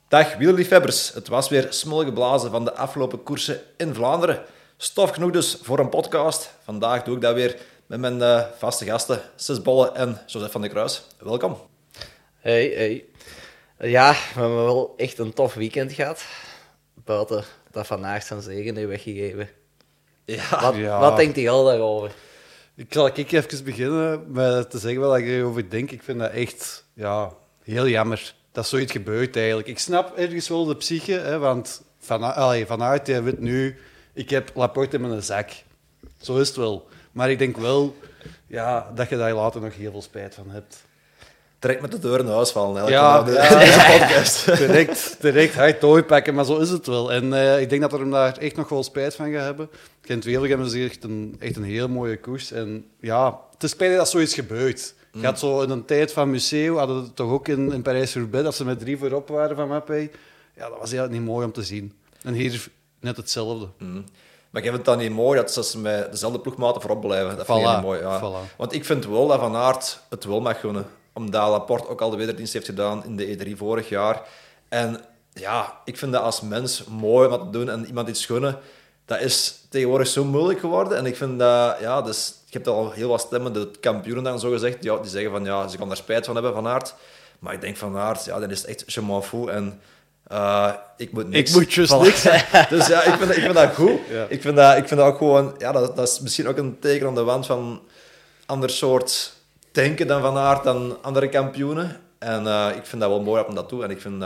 Dag wielerliefhebbers, het was weer smul geblazen van de afgelopen koersen in Vlaanderen. Stof genoeg dus voor een podcast. Vandaag doe ik dat weer met mijn vaste gasten, Sis Bolle en Joseph van der Kruis. Welkom. Hey. Ja, we hebben wel echt een tof weekend gehad. Buiten dat Van Aert zijn zegen heeft weggegeven. Wat denkt hij al daarover? Ik zal even beginnen met te zeggen wat ik erover denk. Ik vind dat echt heel jammer dat zoiets gebeurt eigenlijk. Ik snap ergens wel de psyche, hè, want Van Aert weet nu, ik heb Laporte in mijn zak. Zo is het wel. Maar ik denk wel dat je daar later nog heel veel spijt van hebt. Direct met de deur in huis vallen. Deze podcast. direct hard doorpakken, maar zo is het wel. En ik denk dat we hem daar echt nog wel spijt van gaan hebben. Gent-Wevelgem is echt een heel mooie koers. En ja, het is spijtig dat zoiets gebeurt. Je had zo in een tijd van Museo, hadden we toch ook in Parijs-Roubaix, dat ze met 3 voorop waren van Mappé. Ja, dat was eigenlijk niet mooi om te zien. En hier net hetzelfde. Maar ik vind het dan niet mooi dat ze met dezelfde ploegmaten voorop blijven. Dat vind ik niet mooi. Ja. Voilà. Want ik vind wel dat Van Aert het wel mag gunnen. Omdat Laporte ook al de wederdienst heeft gedaan in de E3 vorig jaar. En ja, ik vind dat als mens mooi om dat te doen en iemand iets gunnen. Dat is tegenwoordig zo moeilijk geworden. En ik vind dat, dus je hebt al heel wat stemmen, de kampioenen dan zo gezegd, die zeggen van ze kan daar spijt van hebben, Van Aert. Maar ik denk Van Aert, dan is het echt je m'en fous en ik moet niks. Ik moet just niks. Dus ja, ik vind dat goed. Ja. Ik vind dat ook gewoon, dat is misschien ook een teken aan de wand van ander soort denken dan Van Aert dan andere kampioenen. En ik vind dat wel mooi dat hij dat doet. En ik vind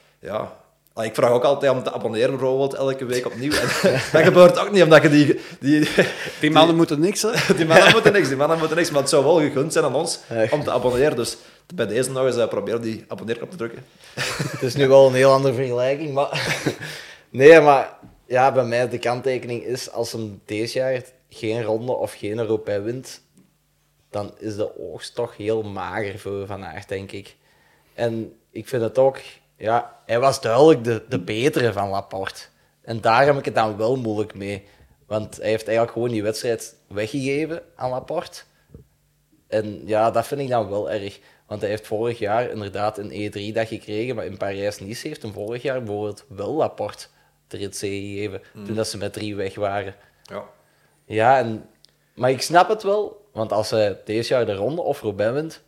ik vraag ook altijd om te abonneren, bijvoorbeeld, elke week opnieuw. En dat gebeurt ook niet, omdat je die mannen moeten niks, hè? Die mannen moeten niks, maar het zou wel gegund zijn aan ons om te abonneren. Dus bij deze nog eens proberen die abonneerknop te drukken. Het is nu wel een heel andere vergelijking, maar... Nee, maar ja, bij mij de kanttekening is, als hem deze jaar geen ronde of geen Roubaix wint, dan is de oogst toch heel mager voor Van Aert, denk ik. En ik vind het ook... Ja, hij was duidelijk de betere van Laporte. En daar heb ik het dan wel moeilijk mee. Want hij heeft eigenlijk gewoon die wedstrijd weggegeven aan Laporte. En ja, dat vind ik dan wel erg. Want hij heeft vorig jaar inderdaad een E3 dat gekregen, maar in Parijs-Nice heeft hem vorig jaar bijvoorbeeld wel Laporte de rit C gegeven, toen dat ze met 3 weg waren. Ja, maar ik snap het wel, want als hij deze jaar de ronde of Roubaix wint,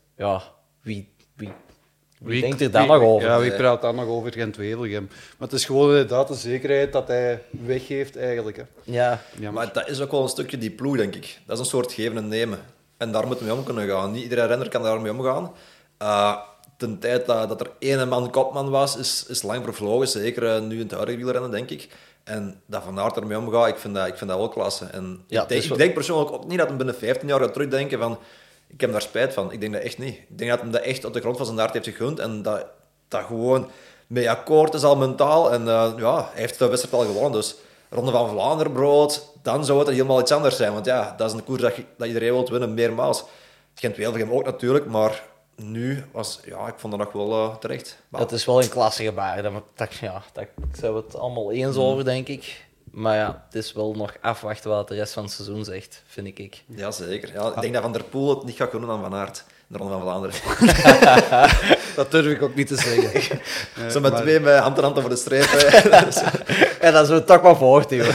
wie denkt er dan nog over? Ja, wie praat dan nog over Gent-Wevelgem? Maar het is gewoon inderdaad de zekerheid dat hij weggeeft eigenlijk. Hè. Ja. Maar dat is ook wel een stukje die ploeg, denk ik. Dat is een soort geven en nemen. En daar moeten we mee om kunnen gaan. Niet iedere renner kan daarmee omgaan. Ten tijd dat er 1 man kopman was, is lang vervlogen. Zeker nu in het huidige wielrennen, denk ik. En dat Van Aert ermee omgaat, ik vind dat wel klasse. En ik denk persoonlijk ook niet dat hij binnen 15 jaar gaat terugdenken van... Ik heb daar spijt van. Ik denk dat echt niet. Ik denk dat hij dat echt op de grond van zijn hart heeft gegund en dat gewoon mee akkoord is al mentaal. En hij heeft de wedstrijd al gewonnen. Dus Ronde van Vlaanderen, brood, dan zou het helemaal iets anders zijn. Want dat is een koers dat iedereen wil winnen, meermaals. Gent-Wevelgem ook natuurlijk, maar nu was... Ja, ik vond dat nog wel terecht. Het is wel een klassegebaar. Daar zijn we het allemaal eens over, denk ik. Maar ja, het is wel nog afwachten wat de rest van het seizoen zegt, vind ik. Ja, zeker. Ja, ik denk dat Van der Poel het niet gaat kunnen aan Van Aert in de Ronde van Vlaanderen. Dat durf ik ook niet te zeggen. Zo met 2 met hand in hand over de streep. Ja, dat is we toch maar voort, joh.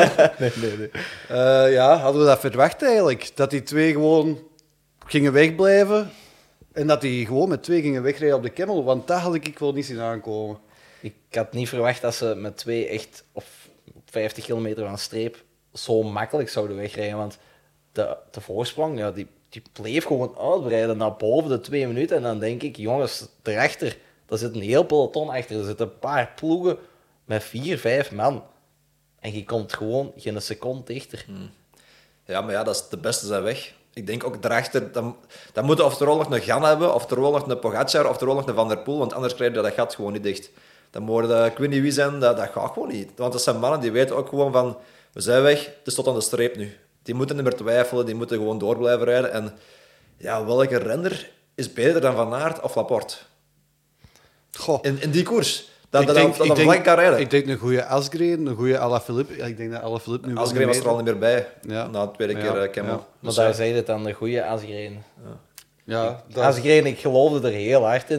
Nee. Hadden we dat verwacht eigenlijk? Dat die 2 gewoon gingen wegblijven en dat die gewoon met 2 gingen wegrijden op de Kemmel? Want dat had ik wel niet zien aankomen. Ik had niet verwacht dat ze met 2 echt... 50 kilometer van de streep zo makkelijk zouden wegrijden. Want de voorsprong, die bleef gewoon uitbreiden naar boven de 2 minuten. En dan denk ik, jongens, daarachter, daar zit een heel peloton achter. Er zitten een paar ploegen met 4, 5 man. En je komt gewoon geen seconde dichter. Ja, maar dat is de beste zijn weg. Ik denk ook daarachter, dan moeten of er wel nog een Gan hebben, of er wel nog een Pogacar, of er wel nog een Van der Poel, want anders krijg je dat gat gewoon niet dicht. Dan mogen ik weet niet wie zijn, dat gaat gewoon niet. Want dat zijn mannen die weten ook gewoon van, we zijn weg, het is tot aan de streep nu. Die moeten niet meer twijfelen, die moeten gewoon door blijven rijden. En welke renner is beter dan Van Aert of Laporte? Goh. In die koers. Dat vlak kan rijden. Ik denk een goede Asgreen, een goede Alaphilippe. Ik denk dat Alaphilippe nu wel... Asgreen was er al niet meer bij, na de tweede keer Kemmel. Ja. Maar daar zei het dan, de goede Asgreen. Ja, Asgreen, ik geloofde er heel hard in.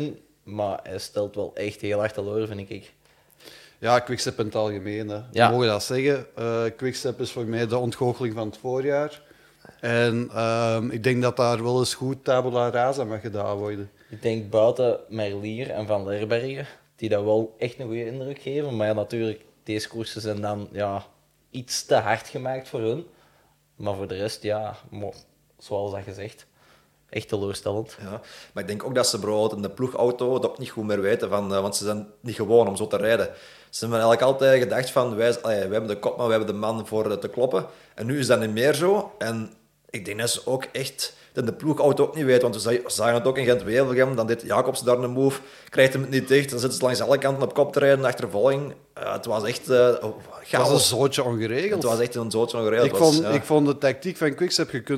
maar hij stelt wel echt heel hard teleur, vind ik. Ja, Quickstep in het algemeen. Hè. Ja. We mogen dat zeggen. Quickstep is voor mij de ontgoocheling van het voorjaar. En ik denk dat daar wel eens goed tabula rasa mag gedaan worden. Ik denk buiten Merlier en Van Lerbergen, die dat wel echt een goede indruk geven. Maar ja, natuurlijk, deze koersen zijn dan iets te hard gemaakt voor hun. Maar voor de rest, zoals dat gezegd, echt teleurstellend. Ja, maar ik denk ook dat ze bijvoorbeeld in de ploegauto dat ook niet goed meer weten, want ze zijn niet gewoon om zo te rijden. Ze hebben eigenlijk altijd gedacht van, wij hebben de kopman, wij hebben de man voor te kloppen. En nu is dat niet meer zo. En ik denk dat ze ook echt in de ploegauto ook niet weten, want we zagen het ook in Gent-Wevelgem, dan deed Jacobs daar een move, krijgt hem het niet dicht, dan zitten ze langs alle kanten op kop te rijden, achtervolging. Het was echt Het was chaos. een zootje ongeregeld. Het was echt een zootje ongeregeld. Ik vond de tactiek van Quickstep, je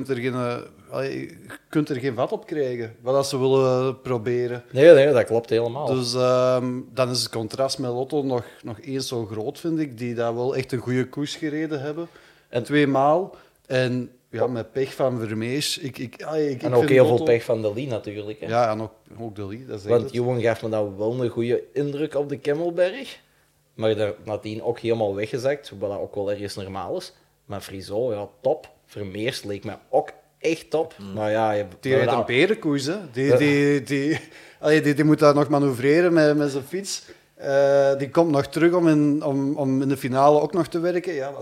kunt er geen vat op krijgen, wat ze willen proberen. Nee, dat klopt helemaal. Dus dan is het contrast met Lotto nog eens zo groot, vind ik, die daar wel echt een goede koers gereden hebben. En 2 maal. En ja, met pech van Vermeers. En ook heel veel pech van de Lee natuurlijk. Hè. Ja, en ook de Lee. Dat is Want Johan gaf me dan wel een goede indruk op de Kemmelberg. Maar daar nadien ook helemaal weggezakt, wat ook wel ergens normaal is. Maar Friso, ja, top. Vermeers leek me ook echt top. Maar ja, die rijdt een berenkoers, hè. Die moet daar nog manoeuvreren met zijn fiets. Die komt nog terug om in de finale ook nog te werken. Ja,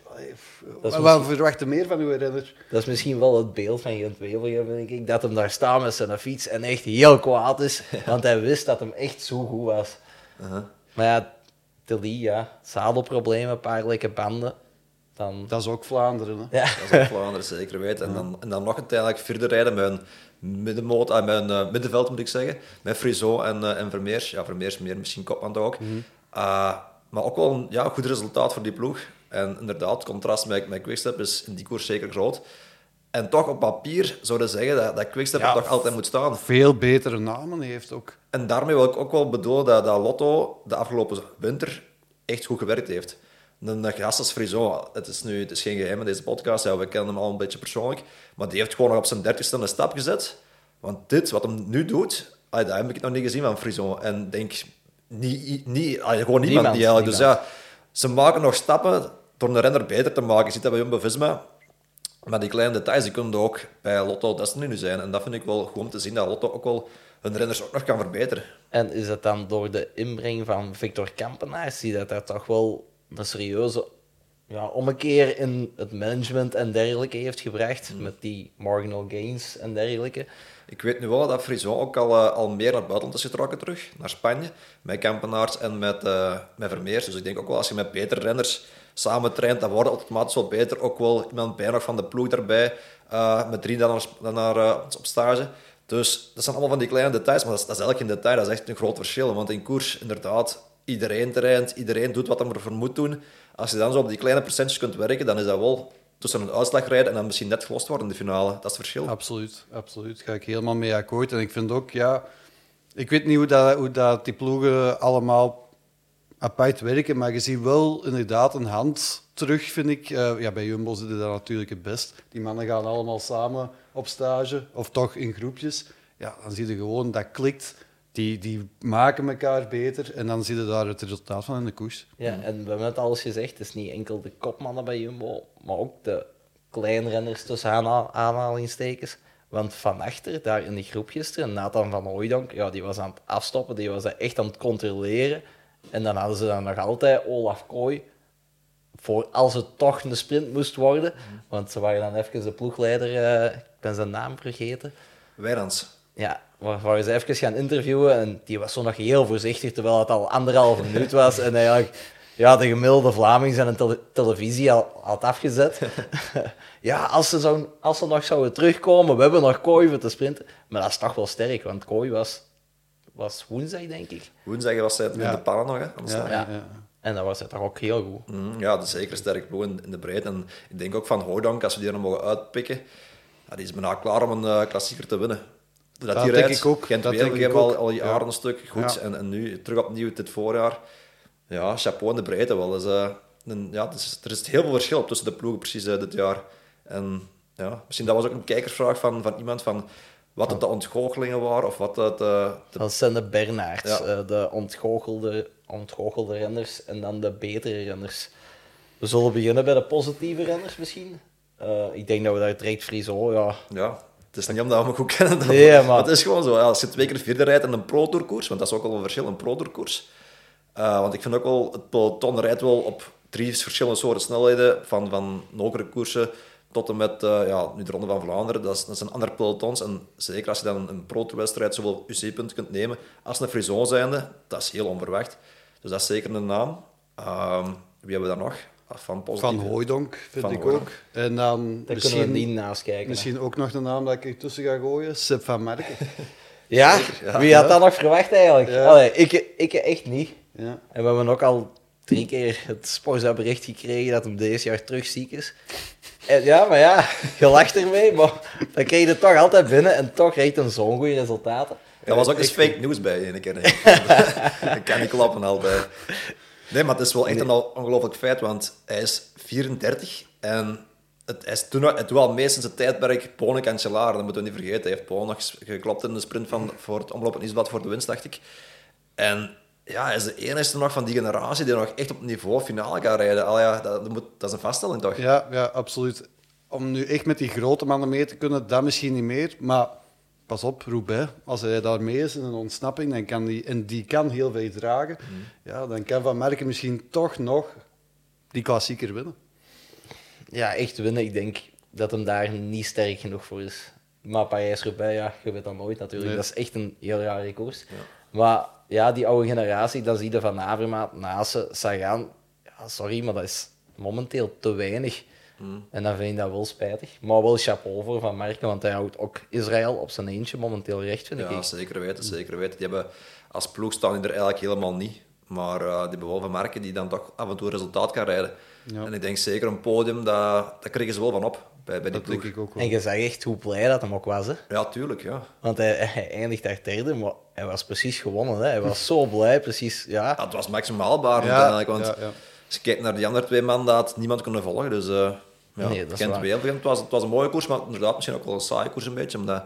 we verwachten meer van uw renner. Dat is misschien wel het beeld van Gent-Wevelgem, denk ik. Dat hem daar staat met zijn fiets en echt heel kwaad is. Want hij wist dat hem echt zo goed was. Maar ja, de Lee, zadelproblemen, een paar lekke banden. Dat is ook Vlaanderen. Hè? Ja. Dat is ook Vlaanderen, zeker weten. En dan nog uiteindelijk verder rijden met een middenveld, moet ik zeggen. Met Friso en Vermeers. Ja, Vermeers meer, misschien kopman ook. Maar ook wel een goed resultaat voor die ploeg. En inderdaad, het contrast met Quickstep is in die koers zeker groot. En toch op papier zouden zeggen dat Quickstep er toch altijd moet staan. Veel betere namen heeft ook. En daarmee wil ik ook wel bedoelen dat Lotto de afgelopen winter echt goed gewerkt heeft. Een gast als Friso, het is geen geheim in deze podcast, we kennen hem al een beetje persoonlijk, maar die heeft gewoon nog op zijn 30ste een stap gezet. Want dit, wat hem nu doet, dat heb ik nog niet gezien van Friso. En denk, gewoon niemand die eigenlijk. Dus ja, ze maken nog stappen door een renner beter te maken. Je ziet dat bij Jumbo-Visma. Maar die kleine details die kunnen ook bij Lotto Destiny nu zijn. En dat vind ik wel goed om te zien, dat Lotto ook wel hun renners ook nog kan verbeteren. En is het dan door de inbreng van Victor Kampenaars, die dat toch wel een serieuze ommekeer in het management en dergelijke heeft gebracht, met die marginal gains en dergelijke? Ik weet nu wel dat Frison ook al meer naar het buitenland is getrokken terug, naar Spanje, met Kampenaars en met Vermeers. Dus ik denk ook wel, als je met betere renners samen traint, dan wordt het automatisch wel beter. Ook wel iemand bij nog van de ploeg daarbij, met 3 dan op stage. Dus dat zijn allemaal van die kleine details, maar dat is eigenlijk geen detail, dat is echt een groot verschil. Want in koers, inderdaad, iedereen traint, iedereen doet wat hij ervoor moet doen. Als je dan zo op die kleine percentages kunt werken, dan is dat wel tussen een uitslag rijden en dan misschien net gelost worden in de finale. Dat is het verschil. Absoluut, absoluut. Ga ik helemaal mee akkoord. En ik vind ook, ik weet niet hoe dat die ploegen allemaal apart werken, maar je ziet wel inderdaad een hand terug, vind ik. Bij Jumbo zitten dat natuurlijk het best. Die mannen gaan allemaal samen op stage, of toch in groepjes. Ja, dan zie je gewoon, dat klikt. Die maken elkaar beter en dan zie je daar het resultaat van in de koers. Ja, en we hebben het al eens gezegd, het is niet enkel de kopmannen bij Jumbo, maar ook de kleinrenners tussen aanhalingstekens. Want van achter, daar in die groep gisteren, Nathan van Hooijdonk, die was aan het afstoppen, die was echt aan het controleren. En dan hadden ze dan nog altijd Olaf Kooi, voor als het toch een sprint moest worden. Want ze waren dan even de ploegleider, ik ben zijn naam vergeten. Wijnands. Ja, waar ze even gaan interviewen en die was zo nog heel voorzichtig, terwijl het al 1,5 minuut was en eigenlijk de gemiddelde Vlaming zijn televisie al had afgezet. Als ze nog zouden terugkomen, we hebben nog Kooi voor te sprinten. Maar dat is toch wel sterk, want Kooi was woensdag, denk ik. Woensdag was hij in de pannen nog, hè? Ja. En dat was hij toch ook heel goed. Dat is zeker een sterk ploeg in de breedte. En ik denk ook van Hooijdonk, als we die er mogen uitpikken, die is bijna klaar om een klassieker te winnen. Dat die denk ik ook. Gent-Wevelgem al jaren een stuk goed. Ja. En nu terug opnieuw dit voorjaar. Ja, chapeau in de breedte wel. Dus, er is heel veel verschil tussen de ploegen precies dit jaar. En misschien dat was ook een kijkersvraag van iemand van wat het de ontgoochelingen waren of wat het... Dat zijn de Bernards, Ja. de ontgoochelde renners en dan de betere renners. We zullen beginnen bij de positieve renners misschien. Ik denk dat we daar direct Friso, ja. Ja, het is niet omdat we hem goed kennen. Nee, maar- Het is gewoon zo. Ja, als je 2 keer vierde rijdt in een pro-tourkoers, want dat is ook wel een verschil, een pro-tourkoers. Want ik vind ook wel, het peloton rijdt wel op 3 verschillende soorten snelheden, van hogere koersen tot en met nu de Ronde van Vlaanderen. Dat zijn andere pelotons. En zeker als je dan een pro-tourwedstrijd zowel UC-punten kunt nemen als een Frison zijnde, dat is heel onverwacht. Dus dat is zeker een naam. Wie hebben we daar nog? Van positieve. Van Hooijdonk vind Van ik Hooijdonk. ook. En dan Daar kunnen we niet naast kijken. misschien ook nog de naam dat ik er tussen ga gooien. Sepp van Marken. Ja? Wie had dat nog verwacht eigenlijk? Ja. Allee, ik echt niet. Ja. En we hebben ook al 3 keer het Sporza-bericht gekregen dat hem deze jaar terug ziek is. En ja, maar ja, je lacht ermee, maar dan krijg je het toch altijd binnen en toch rijdt hij zo'n goede resultaten. Er was ook eens fake news bij ene keer. Dat kan niet kloppen altijd. Nee, maar het is wel echt een ongelooflijk feit, want hij is 34 en hij is toen al mee sinds het tijdperk Pone Cancellara. Dat moeten we niet vergeten. Hij heeft Pone nog geklopt in de sprint voor het Omloop en Nieuwsblad voor de winst, dacht ik. En ja, hij is de enige nog van die generatie die nog echt op niveau finale kan rijden. Dat is een vaststelling, toch? Ja, ja, absoluut. Om nu echt met die grote mannen mee te kunnen, dat misschien niet meer. Maar pas op, Roubaix, als hij daar mee is in een ontsnapping, dan kan die kan heel veel dragen. Ja, dan kan Van Marken misschien toch nog die klassieker winnen. Ja, echt winnen. Ik denk dat hem daar niet sterk genoeg voor is. Maar Parijs-Roubaix, ja, je weet dat nooit natuurlijk. Nee. Dat is echt een heel rare koers. Maar ja, die oude generatie, dan zie je Van Avermaat, Nase, Sagan. Ja, sorry, maar dat is momenteel te weinig. En dan vind ik dat wel spijtig. Maar wel chapeau voor Van Marken, want hij houdt ook Israël op zijn eentje momenteel recht, vind Ja, ik. zeker weten, zeker weten. Die hebben, als ploeg staan die er eigenlijk helemaal niet. Maar die hebben wel Van Marken die dan toch af en toe resultaat kan rijden. Ja. En ik denk zeker een podium, dat kregen ze wel van op bij die Dat ploeg. denk ik ook wel. En je zag echt hoe blij dat hem ook was, hè. Ja, tuurlijk, ja. Want hij eindigt daar derde, maar hij was precies gewonnen. Hè. Hij was zo blij, precies. Ja. Ja, het was maximaal baar Ja, uiteindelijk, want ja. als je kijkt naar die andere 2 mannen, dat had niemand kunnen volgen. Dus Nee, dat is Gent waar. Wevelgem, het was een mooie koers, maar inderdaad misschien ook wel een saaie koers een beetje, omdat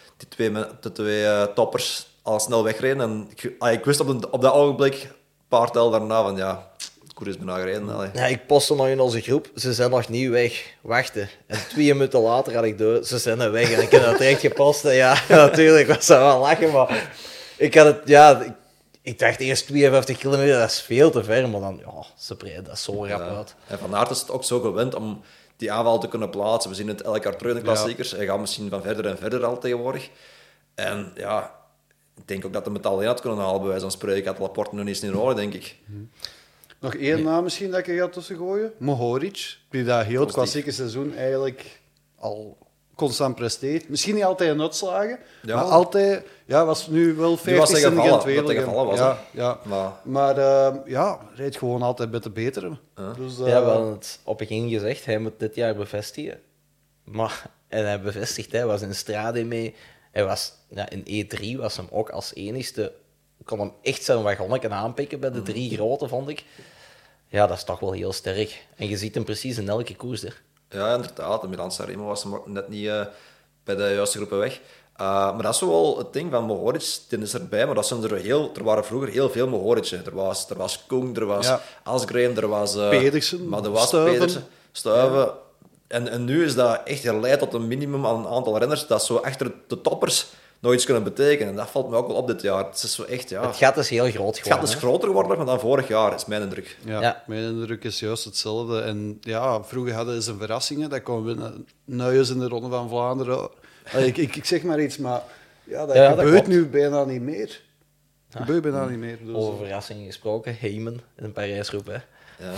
die twee toppers al snel wegreden. En ik wist op dat ogenblik, een paar tel daarna, van ja, de koers is bijna gereden. Allee. Ja, ik postte nog in onze groep, ze zijn nog niet weg. Wachten. En 2 minuten later had ik door, ze zijn er weg. En ik heb dat direct gepost. En ja, natuurlijk was dat wel lachen, maar ik had het, ja, ik dacht eerst 52 kilometer, dat is veel te ver. Maar dan, ja, ze breiden dat zo rap uit. En Van Aert is het ook zo gewend om die aanval te kunnen plaatsen. We zien het elk jaar terug in de klassiekers. Hij gaat misschien van verder en verder al tegenwoordig. En ja, ik denk ook dat hij het alleen had kunnen halen, bij wijze van spreken. Had Laporte nog niet in orde, denk ik. Nog één naam misschien dat ik er ga tussen gooien. Mohoric, die dat heel het klassieke seizoen eigenlijk al constant presteert. Misschien niet altijd in uitslagen, Ja. maar altijd... Ja, was nu wel Nu 50 was hij in gevallen, Gent-Wevelgem. dat hij gevallen was, Ja, hè. ja. Maar Ja, rijdt gewoon altijd met de betere. Dus, Ja, we hadden het op het begin gezegd, hij moet dit jaar bevestigen. Maar, en hij bevestigt, hij was in Strade mee. Hij was, ja, in E3 was hem ook als enigste, kon hem echt zijn wagonnetje aanpikken bij de 3 grote, vond ik. Ja, dat is toch wel heel sterk. En je ziet hem precies in elke koers er. ja, inderdaad. En Milan Sanremo was hem ook net niet bij de juiste groepen weg. Maar dat is wel het ding van Mohoric. Die is erbij, maar dat zijn er waren vroeger heel veel Mohoric'en. Er was Koen, er was Ja. Asgreen, er was... Pedersen, maar er was Stuyven. Pedersen, Stuyven. En nu is dat echt geleid tot een minimum aan een aantal renners dat zo achter de toppers nog iets kunnen betekenen. En dat valt me ook wel op dit jaar. Het is zo echt, ja... Het gat is heel groot Het gat geworden. is groter geworden dan vorig jaar, is mijn indruk. Ja, Ja. mijn indruk is juist hetzelfde. En ja, vroeger hadden ze verrassingen. Dat kon winnen. Nuis in de Ronde van Vlaanderen. Allee, ik zeg maar iets, maar ja, dat Ja, dat gebeurt klopt. nu bijna niet meer. Dat gebeurt bijna niet meer. Dus, Over verrassingen gesproken, Heyman in een Parijsgroep. Hè. Ja.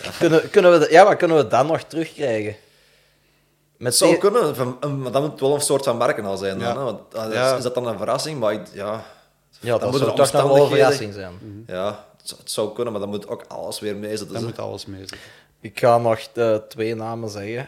Wat kunnen we dan nog terugkrijgen? Met Het zou die- kunnen, maar dat moet wel een soort van merken al zijn. Ja. Dan, hè? Want, Ja. is dat dan een verrassing? Maar ja, Ja, dan dat moeten zou de toch nog wel een omstandigheden- verrassing zijn. ja, het zou kunnen, maar dan moet ook alles weer meezitten. dat Dus, moet alles mee zitten. Ik ga nog de 2 namen zeggen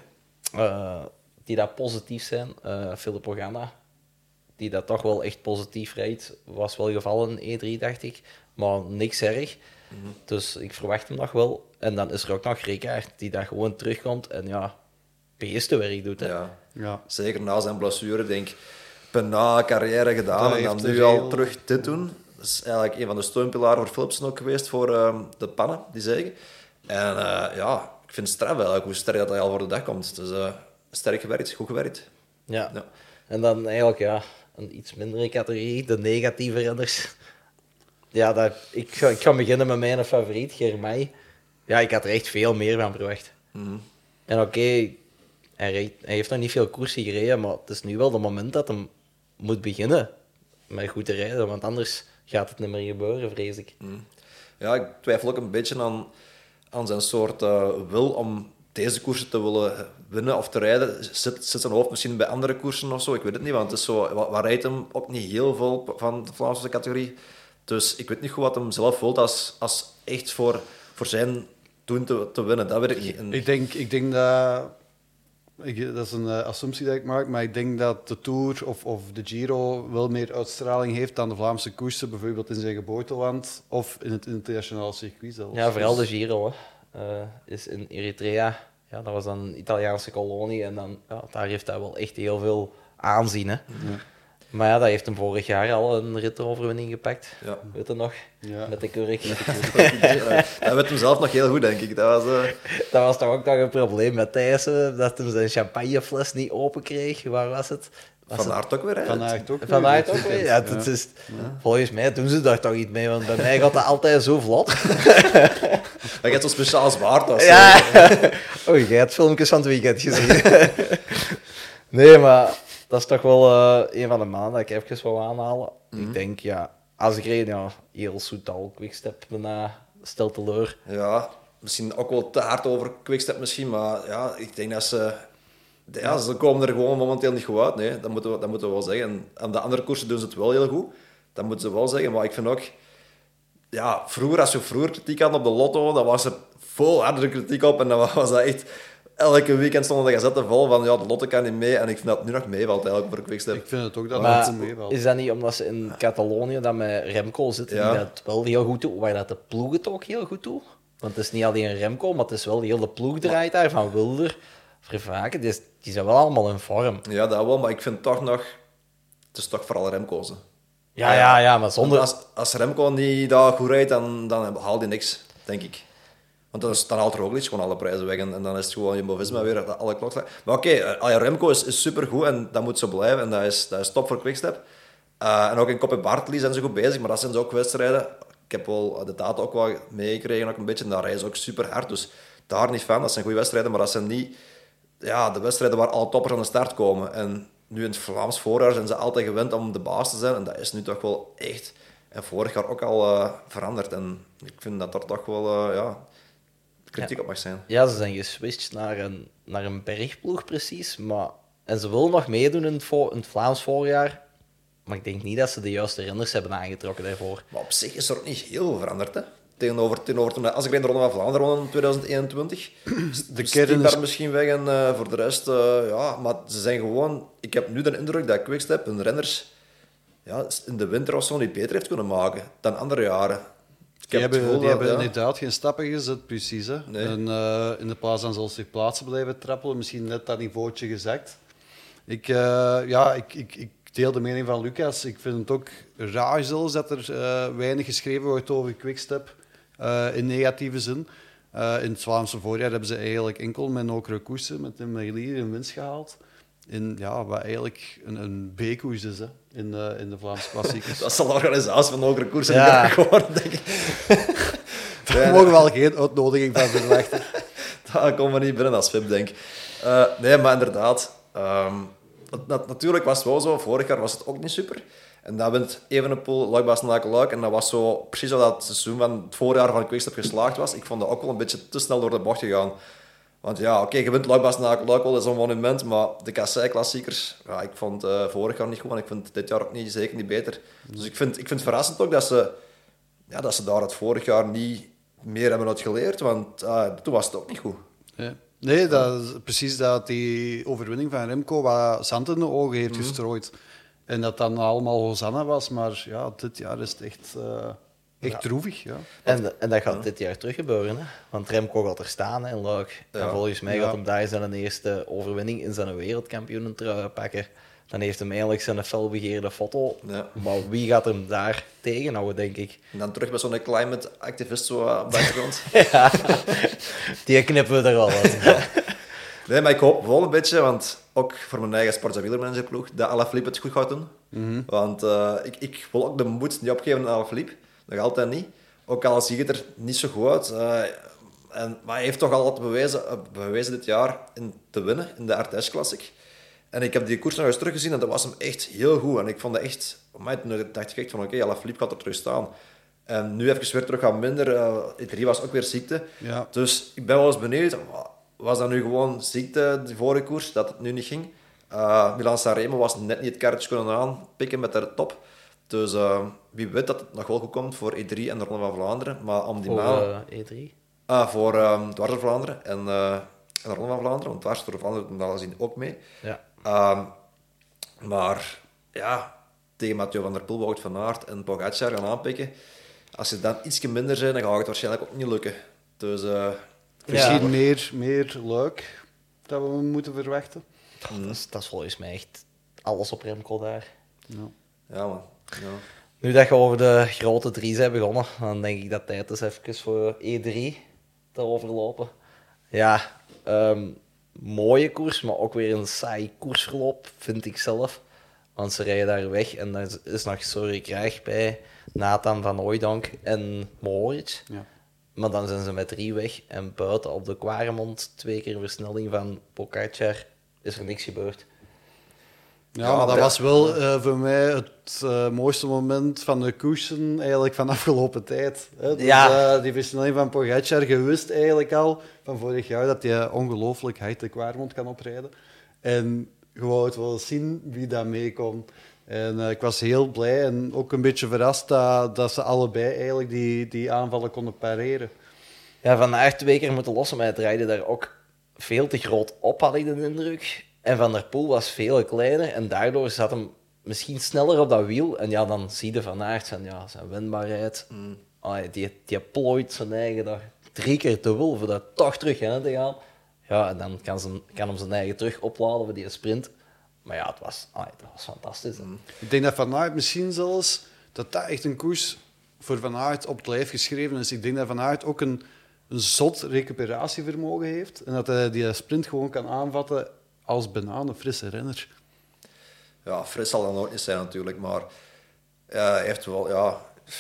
die dat positief zijn. Filippo Ganna, die dat toch wel echt positief rijdt, was wel gevallen in E3, dacht ik. Maar niks erg. Dus ik verwacht hem nog wel. En dan is er ook nog Rickaard, die dat gewoon terugkomt en ja, beestenwerk doet. Hè. ja. Ja. Zeker na zijn blessure, denk ik. bijna carrière gedaan Dat en dan heeft nu er al heel- terug dit doen. Dat is eigenlijk een van de steunpilaren voor Philipsen ook geweest, voor de pannen, die zeggen. En ik vind het straf eigenlijk, hoe sterk dat hij al voor de dag komt. Dus sterk gewerkt, goed gewerkt. Ja. Ja. En dan eigenlijk een iets mindere categorie, de negatieve renners. Ja, ik ga beginnen met mijn favoriet, Germay. Ja, ik had er echt veel meer van verwacht. En oké, hij heeft nog niet veel koersen gereden, maar het is nu wel het moment dat hij moet beginnen met goed te rijden, want anders gaat het niet meer gebeuren, vrees ik. Ja, ik twijfel ook een beetje aan zijn soort wil om deze koersen te willen winnen of te rijden. Zit zijn hoofd misschien bij andere koersen of zo? Ik weet het niet, want het is zo, wat rijdt hem ook niet heel veel van de Vlaamse categorie. Dus ik weet niet goed wat hem zelf voelt als echt voor zijn doen te winnen. Dat weet ik niet. En- Ik denk dat... dat is een assumptie dat ik maak, maar ik denk dat de Tour of de Giro wel meer uitstraling heeft dan de Vlaamse koersen, bijvoorbeeld in zijn geboorteland of in het internationale circuit zelfs. Ja, vooral de Giro is in Eritrea. Ja, dat was dan een Italiaanse kolonie en dan, daar heeft hij wel echt heel veel aanzien. Hè. Maar ja, dat heeft hem vorig jaar al een ritoverwinning gepakt. Ja. Weet je nog? Ja. Met de Kurk. Hij weet hem zelf nog heel goed, denk ik. Dat was, Dat was toch ook nog een probleem met Thijssen, dat hij zijn champagnefles niet open kreeg. Waar was het? Van Aert ook weer, hè? Van Aert ook. Van weer, Aert dit ook weer? weekend. Ja, het is, volgens mij doen ze daar toch iets mee, want bij mij gaat dat altijd zo vlot. Dat je zo'n speciaal zwaard was. Ja. Oh, jij hebt filmpjes van het weekend gezien. Nee, maar dat is toch wel een van de maanden dat ik even wou aanhalen. Ik denk, als ik reed, heel Soudal, Quickstep, daarna stel teleur. Ja, misschien ook wel te hard over Quickstep misschien, maar ja, ik denk dat ze... Ja, ze komen er gewoon momenteel niet goed uit. Nee, dat moeten we wel zeggen. En aan de andere koersen doen ze het wel heel goed. Dat moeten ze wel zeggen. Maar ik vind ook... Ja, vroeger, als je kritiek had op de Lotto, dan was er vol hardere kritiek op. En dan was dat echt... Elke weekend stonden de gazetten vol van ja, de Lotto kan niet mee. En ik vind dat het nu nog meevalt eigenlijk voor Quickstep. Ik vind het ook dat Maar het meevalt. is dat niet omdat ze in Catalonië dat met Remco zitten, Ja. die dat wel heel goed doen, waar dat de ploeg het ook heel goed doet? Want het is niet alleen Remco, maar het is wel heel de ploeg draait daar, van Wilder, Vervaken, die zijn wel allemaal in vorm. Ja, dat wel, maar ik vind toch nog... Het is toch vooral Remco's. hè. Ja, maar zonder... Als Remco niet daar goed rijdt, dan haalt hij niks, denk ik. Want dan haalt Roglic gewoon alle prijzen weg en dan is het gewoon Jumbo-Visma weer dat alle klokslag. Maar oké, Remco is supergoed en dat moet zo blijven en dat is top voor Quickstep. En ook in Koppe Bartoli zijn ze goed bezig, maar dat zijn ze ook wedstrijden. Ik heb wel de data ook wel meegekregen, ook een beetje, en daar rijden ze ook super hard. Dus daar niet van, dat zijn goede wedstrijden, maar dat zijn niet de wedstrijden waar alle toppers aan de start komen. En nu in het Vlaams voorjaar zijn ze altijd gewend om de baas te zijn en dat is nu toch wel echt... En vorig jaar ook al veranderd en ik vind dat er toch wel... kritiek op mag zijn. Ja, ze zijn geswitcht naar een bergploeg precies, maar... En ze willen nog meedoen in het Vlaams voorjaar, maar ik denk niet dat ze de juiste renners hebben aangetrokken daarvoor. Maar op zich is er ook niet heel veel veranderd, hè? Tegenover toen, als ik in de Ronde van Vlaanderen won in 2021. De kern is- daar misschien weg en voor de rest, maar ze zijn gewoon... Ik heb nu de indruk dat Quickstep hun renners in de winter of zo niet beter heeft kunnen maken dan andere jaren. Ik Die heb het gevoel hebben dat, inderdaad geen stappen gezet, precies. Hè. Nee. En in de plaats dan zelfs zich plaatsen blijven trappelen, misschien net dat niveautje gezakt. Ik deel de mening van Lucas. Ik vind het ook raar zelfs dat er weinig geschreven wordt over Quickstep in negatieve zin. In het Vlaamse voorjaar hebben ze eigenlijk enkel met Okere koersen, met de Merlier een winst gehaald. In wat eigenlijk een B-koers is, hè, in de Vlaamse klassiekers. dat zal de organisatie van de hogere koersen Ja. niet geworden, denk ik. Daar mogen we wel geen uitnodiging van verwachten. Dat komen we niet binnen als VIP, denk ik. Nee, maar inderdaad. Natuurlijk was het wel zo. Vorig jaar was het ook niet super. En dan wint Evenepoel, Luik, Bastenaken, Luik. En dat was zo precies zo dat het seizoen van het voorjaar van Quickstep geslaagd was. Ik vond dat ook wel een beetje te snel door de bocht gegaan. Want ja, oké, je wint Luik, Bastenaken, Luik wel, dat is een monument. Maar de Kassei-klassiekers, ik vond vorig jaar niet goed. En ik vind dit jaar ook niet, zeker niet beter. Dus ik vind het verrassend ook dat ze daar het vorig jaar niet meer hebben uitgeleerd. Want toen was het ook niet goed. Ja. Nee, dat is precies dat die overwinning van Remco wat zand in de ogen heeft gestrooid. En dat dan allemaal Hosanna was, maar ja, dit jaar is het echt droevig. Ja. En dat gaat dit jaar terug gebeuren, hè? Want Remco gaat er staan hè, in Luik. En volgens mij gaat hem daar zijn eerste overwinning in zijn wereldkampioenentrui pakken. dan heeft hem eigenlijk zijn felbegeerde foto. Ja. Maar wie gaat hem daar tegenhouden, denk ik? En dan terug met zo'n climate activist zo op de achtergrond. Ja, die knippen we er al uit. Nee, maar ik hoop wel een beetje, want ook voor mijn eigen sports- en wielermanagerploeg, dat Alaphilippe het goed gaat doen. Want ik wil ook de moed niet opgeven aan Alaphilippe. Nog altijd niet. Ook al ziet het er niet zo goed uit. Maar hij heeft toch al wat bewezen dit jaar te winnen in de Ardèche Classic. En ik heb die koers nog eens teruggezien en dat was hem echt heel goed. En ik vond dat echt... Toen dacht ik echt van oké, Alaphilippe gaat er terug staan. En nu even weer terug gaan minder. E3 was ook weer ziekte. Ja. Dus ik ben wel eens benieuwd. Was dat nu gewoon ziekte, die vorige koers, dat het nu niet ging? Milan-Sanremo was net niet het kaartje kunnen aanpikken met de top. Dus wie weet dat het nog wel goed komt voor E3 en de Ronde van Vlaanderen. Maar om die maanden... E3? Voor Dwars door Vlaanderen en de Ronde van Vlaanderen. Want Dwars door Vlaanderen doen daar zien ook mee. Ja. Maar ja, tegen Mathieu van der Poel, Wout van Aert en Pogacar gaan aanpikken. Als ze dan iets minder zijn, dan gaat het waarschijnlijk ook niet lukken. Dus... Misschien meer Luik dat we moeten verwachten. Dat is volgens mij echt alles op Remco daar. Ja, man. Ja. Nu dat je over de grote drie's hebt begonnen, dan denk ik dat tijd is even voor E3 te overlopen. Ja, mooie koers, maar ook weer een saai koersverloop, vind ik zelf. Want ze rijden daar weg en er is nog Sorry Krijg bij, Nathan van Hooijdonk en Mohoric. Ja. Maar dan zijn ze met 3 weg en buiten op de Quaremont 2 keer versnelling van Pogacar is er niks gebeurd. Ja, maar dat was wel voor mij het mooiste moment van de koersen eigenlijk van de afgelopen tijd. Hè? Dus, Ja. Die versnelling van Pogacar, je wist eigenlijk al van vorig jaar dat hij ongelooflijk hard de Quaremont kan oprijden. En je wou het wel eens zien wie dat meekomt. En ik was heel blij en ook een beetje verrast dat ze allebei eigenlijk die aanvallen konden pareren. Ja, Van Aert 2 keer moeten lossen, maar het rijden daar ook veel te groot op, had ik de indruk. En Van der Poel was veel kleiner en daardoor zat hem misschien sneller op dat wiel. En ja, dan zie je Van Aert zijn wendbaarheid. Die plooit zijn eigen daar 3 keer te wil voor daar toch terug in te gaan. Ja, en dan kan hem zijn eigen terug opladen voor die sprint. Maar ja, het was fantastisch. Ik denk dat Van Aert misschien zelfs, dat echt een koers voor Van Aert op het lijf geschreven is. Ik denk dat Van Aert ook een zot recuperatievermogen heeft en dat hij die sprint gewoon kan aanvatten als bijna een frisse renner. Ja, fris zal dat nooit niet zijn natuurlijk, maar hij heeft wel, ja...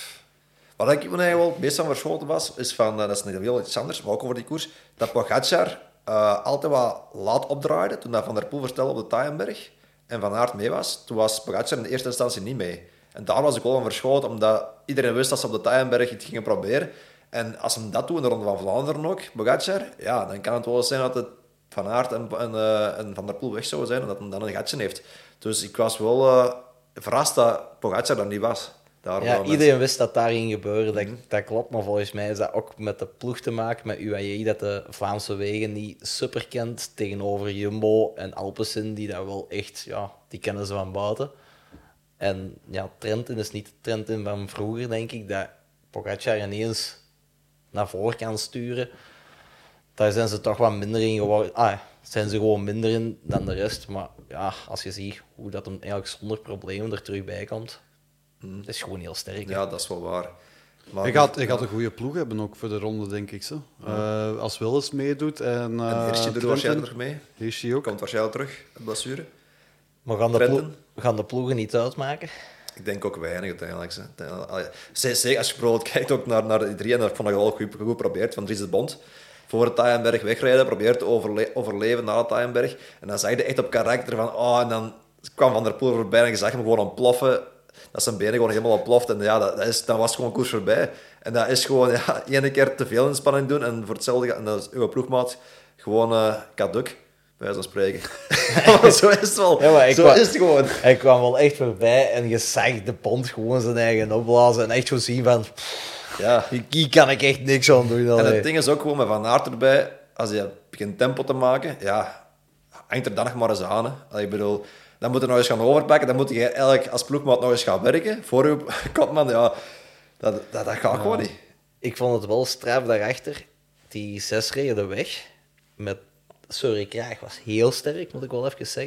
Wat ik me eigenlijk wel het meest van verschoten was, is van, dat is niet heel iets anders, maar ook over die koers, dat Pogacar altijd wat laat opdraaide, toen dat Van der Poel vertelde op de Taaienberg en Van Aert mee was, toen was Pogacar in de eerste instantie niet mee. En daar was ik wel van verschoten, omdat iedereen wist dat ze op de Taaienberg het gingen proberen. En als ze dat doen in de Ronde van Vlaanderen ook, Pogacar, ja, dan kan het wel eens zijn dat het Van Aert en Van der Poel weg zouden zijn en dat hij dan een gatje heeft. Dus ik was wel verrast dat Pogacar er niet was. Ja, iedereen wist dat daar ging gebeuren, dat klopt. Maar volgens mij is dat ook met de ploeg te maken, met UAE, dat de Vlaamse wegen niet super kent tegenover Jumbo en Alpecin, die dat wel echt, ja, die kennen ze van buiten. En ja, Trentin is niet de Trentin van vroeger, denk ik, dat Pogacar ineens naar voren kan sturen. Daar zijn ze toch wat minder in geworden. Zijn ze gewoon minder in dan de rest. Maar ja, als je ziet hoe dat hem eigenlijk zonder problemen er terug bij komt, dat is gewoon heel sterk. Ja, dat is wel waar. Maar Hij gaat een goede ploeg hebben ook voor de ronde, denk ik. Zo. Als Willis meedoet en Hirschi doet waarschijnlijk nog mee. Hirschi ook. Komt waarschijnlijk terug, de blessure. Maar gaan de ploegen niet uitmaken? Ik denk ook weinig uiteindelijk. Zeker als je bijvoorbeeld kijkt ook naar de E3, en dat vond ik wel goed geprobeerd van Dries de Bond. Voor het Taaienberg wegrijden, probeert te overleven na het Taaienberg. En dan zag je echt op karakter van... en dan kwam Van der Poel voorbij en je zag hem gewoon ontploffen. Dat zijn benen gewoon helemaal ontploft. En ja, dan was gewoon koers voorbij. En dat is gewoon ene keer te veel inspanning doen. En voor hetzelfde... En dat is uw ploegmaat gewoon kaduk, bij wijze van spreken. Maar zo is het wel. Ja, maar zo is het gewoon. Hij kwam wel echt voorbij en je zag de Bond gewoon zijn eigen opblazen. En echt zo zien van... Ja. Hier kan ik echt niks aan doen. En het ding is ook gewoon met Van Aert erbij, als je begint tempo te maken, ja, hangt er dan nog maar eens aan. Hè. Ik bedoel, dan moet je nog eens gaan overpakken, dan moet je eigenlijk als ploegmaat nog eens gaan werken voor je kopman. Ja, dat gaat gewoon niet. Ik vond het wel straf daarachter. Die 6 reden weg met Sorry Kraag was heel sterk, moet ik wel even zeggen.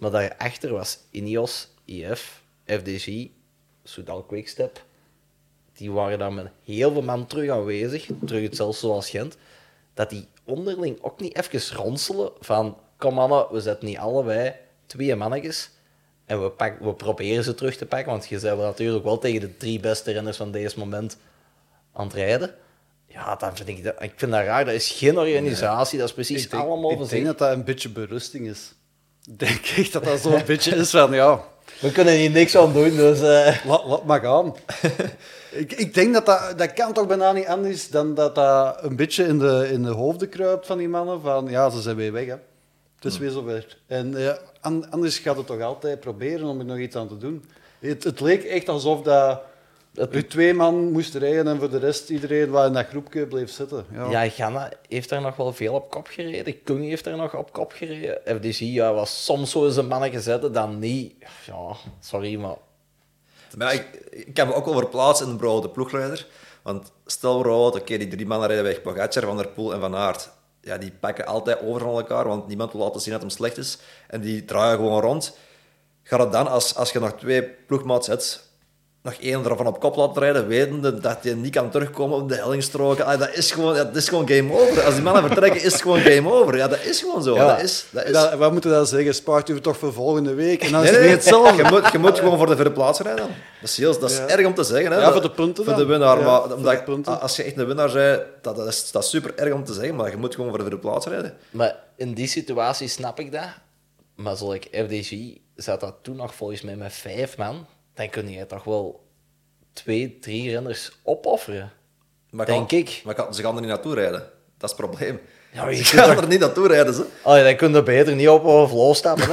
Maar daarachter was Ineos, IF, FDG, Soudal Quickstep. Die waren daar met heel veel man terug aanwezig. Terug hetzelfde zoals Gent. Dat die onderling ook niet even ronselen van... Kom mannen, we zetten niet allebei 2 mannetjes. En we proberen ze terug te pakken. Want je bent natuurlijk wel tegen de 3 beste renners van deze moment aan het rijden. Ja, dan vind ik vind dat raar. Dat is geen organisatie. Dat is precies allemaal Ik denk dat dat een beetje berusting is. Ik denk echt dat dat zo'n beetje is van, ja... We kunnen hier niks aan doen, dus... Laat maar gaan. Ik denk dat kan toch bijna niet anders dan dat een beetje in de hoofden kruipt van die mannen. Van, ja, ze zijn weer weg, hè. Het is weer zover. En anders gaat het toch altijd proberen om er nog iets aan te doen. Het leek echt alsof dat er 2 man moesten rijden en voor de rest iedereen wat in dat groepje bleef zitten. Ja, Ganna heeft daar nog wel veel op kop gereden. Kung heeft er nog op kop gereden. FDG was soms zo eens een mannetje zetten, dan niet. Ja, sorry, maar... Maar ik kan me ook wel verplaatsen in de ploegleider. Want stel bijvoorbeeld, oké, die 3 mannen rijden weg. Pogacar, Van der Poel en Van Aert. Ja, die pakken altijd over van elkaar, want niemand wil laten zien dat hem slecht is. En die draaien gewoon rond. Gaat het dan, als je nog 2 ploegmaats hebt, nog 1 ervan op kop laten rijden, wetende dat hij niet kan terugkomen op de hellingsstroken? Dat is gewoon game over. Als die mannen vertrekken, is het gewoon game over. Ja, dat is gewoon zo. Ja. Dat is... Wat moeten we dan zeggen? Spaart u toch voor volgende week? En dan is Nee, het weer hetzelfde. Je moet gewoon voor de verre plaats rijden. Dat is erg om te zeggen. Hè. Ja, voor de punten Voor dan. de winnaar. Ja, Maar voor omdat, de punten. als je echt een winnaar bent, dat is super erg om te zeggen, maar je moet gewoon voor de verre plaats rijden. Maar in die situatie snap ik dat. Maar zoals FDG zat dat toen nog volgens mij met 5 man. Dan kun je toch wel 2, 3 renners opofferen. Maar Denk ik. Maar ze gaan er niet naartoe rijden. Dat is het probleem. Ja, maar je Ze kunt gaan toch- er niet naartoe rijden. Ze. Allee, dan kun je beter niet op of losstappen.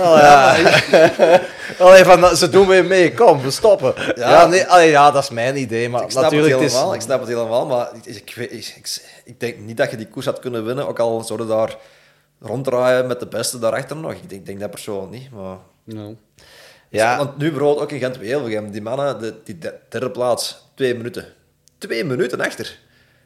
Allee, van, ze doen weer mee, kom, we stoppen. Ja, nee, allee, ja, dat is mijn idee, maar Ik snap natuurlijk het het helemaal, is... ik snap het helemaal, maar ik denk niet dat je die koers had kunnen winnen, ook al zouden daar ronddraaien met de beste daarachter nog. Ik denk dat persoonlijk niet, maar... No. Ja, Want nu bijvoorbeeld ook in Gent-Wevelgem, die mannen, die derde plaats, 2 minuten. 2 minuten achter.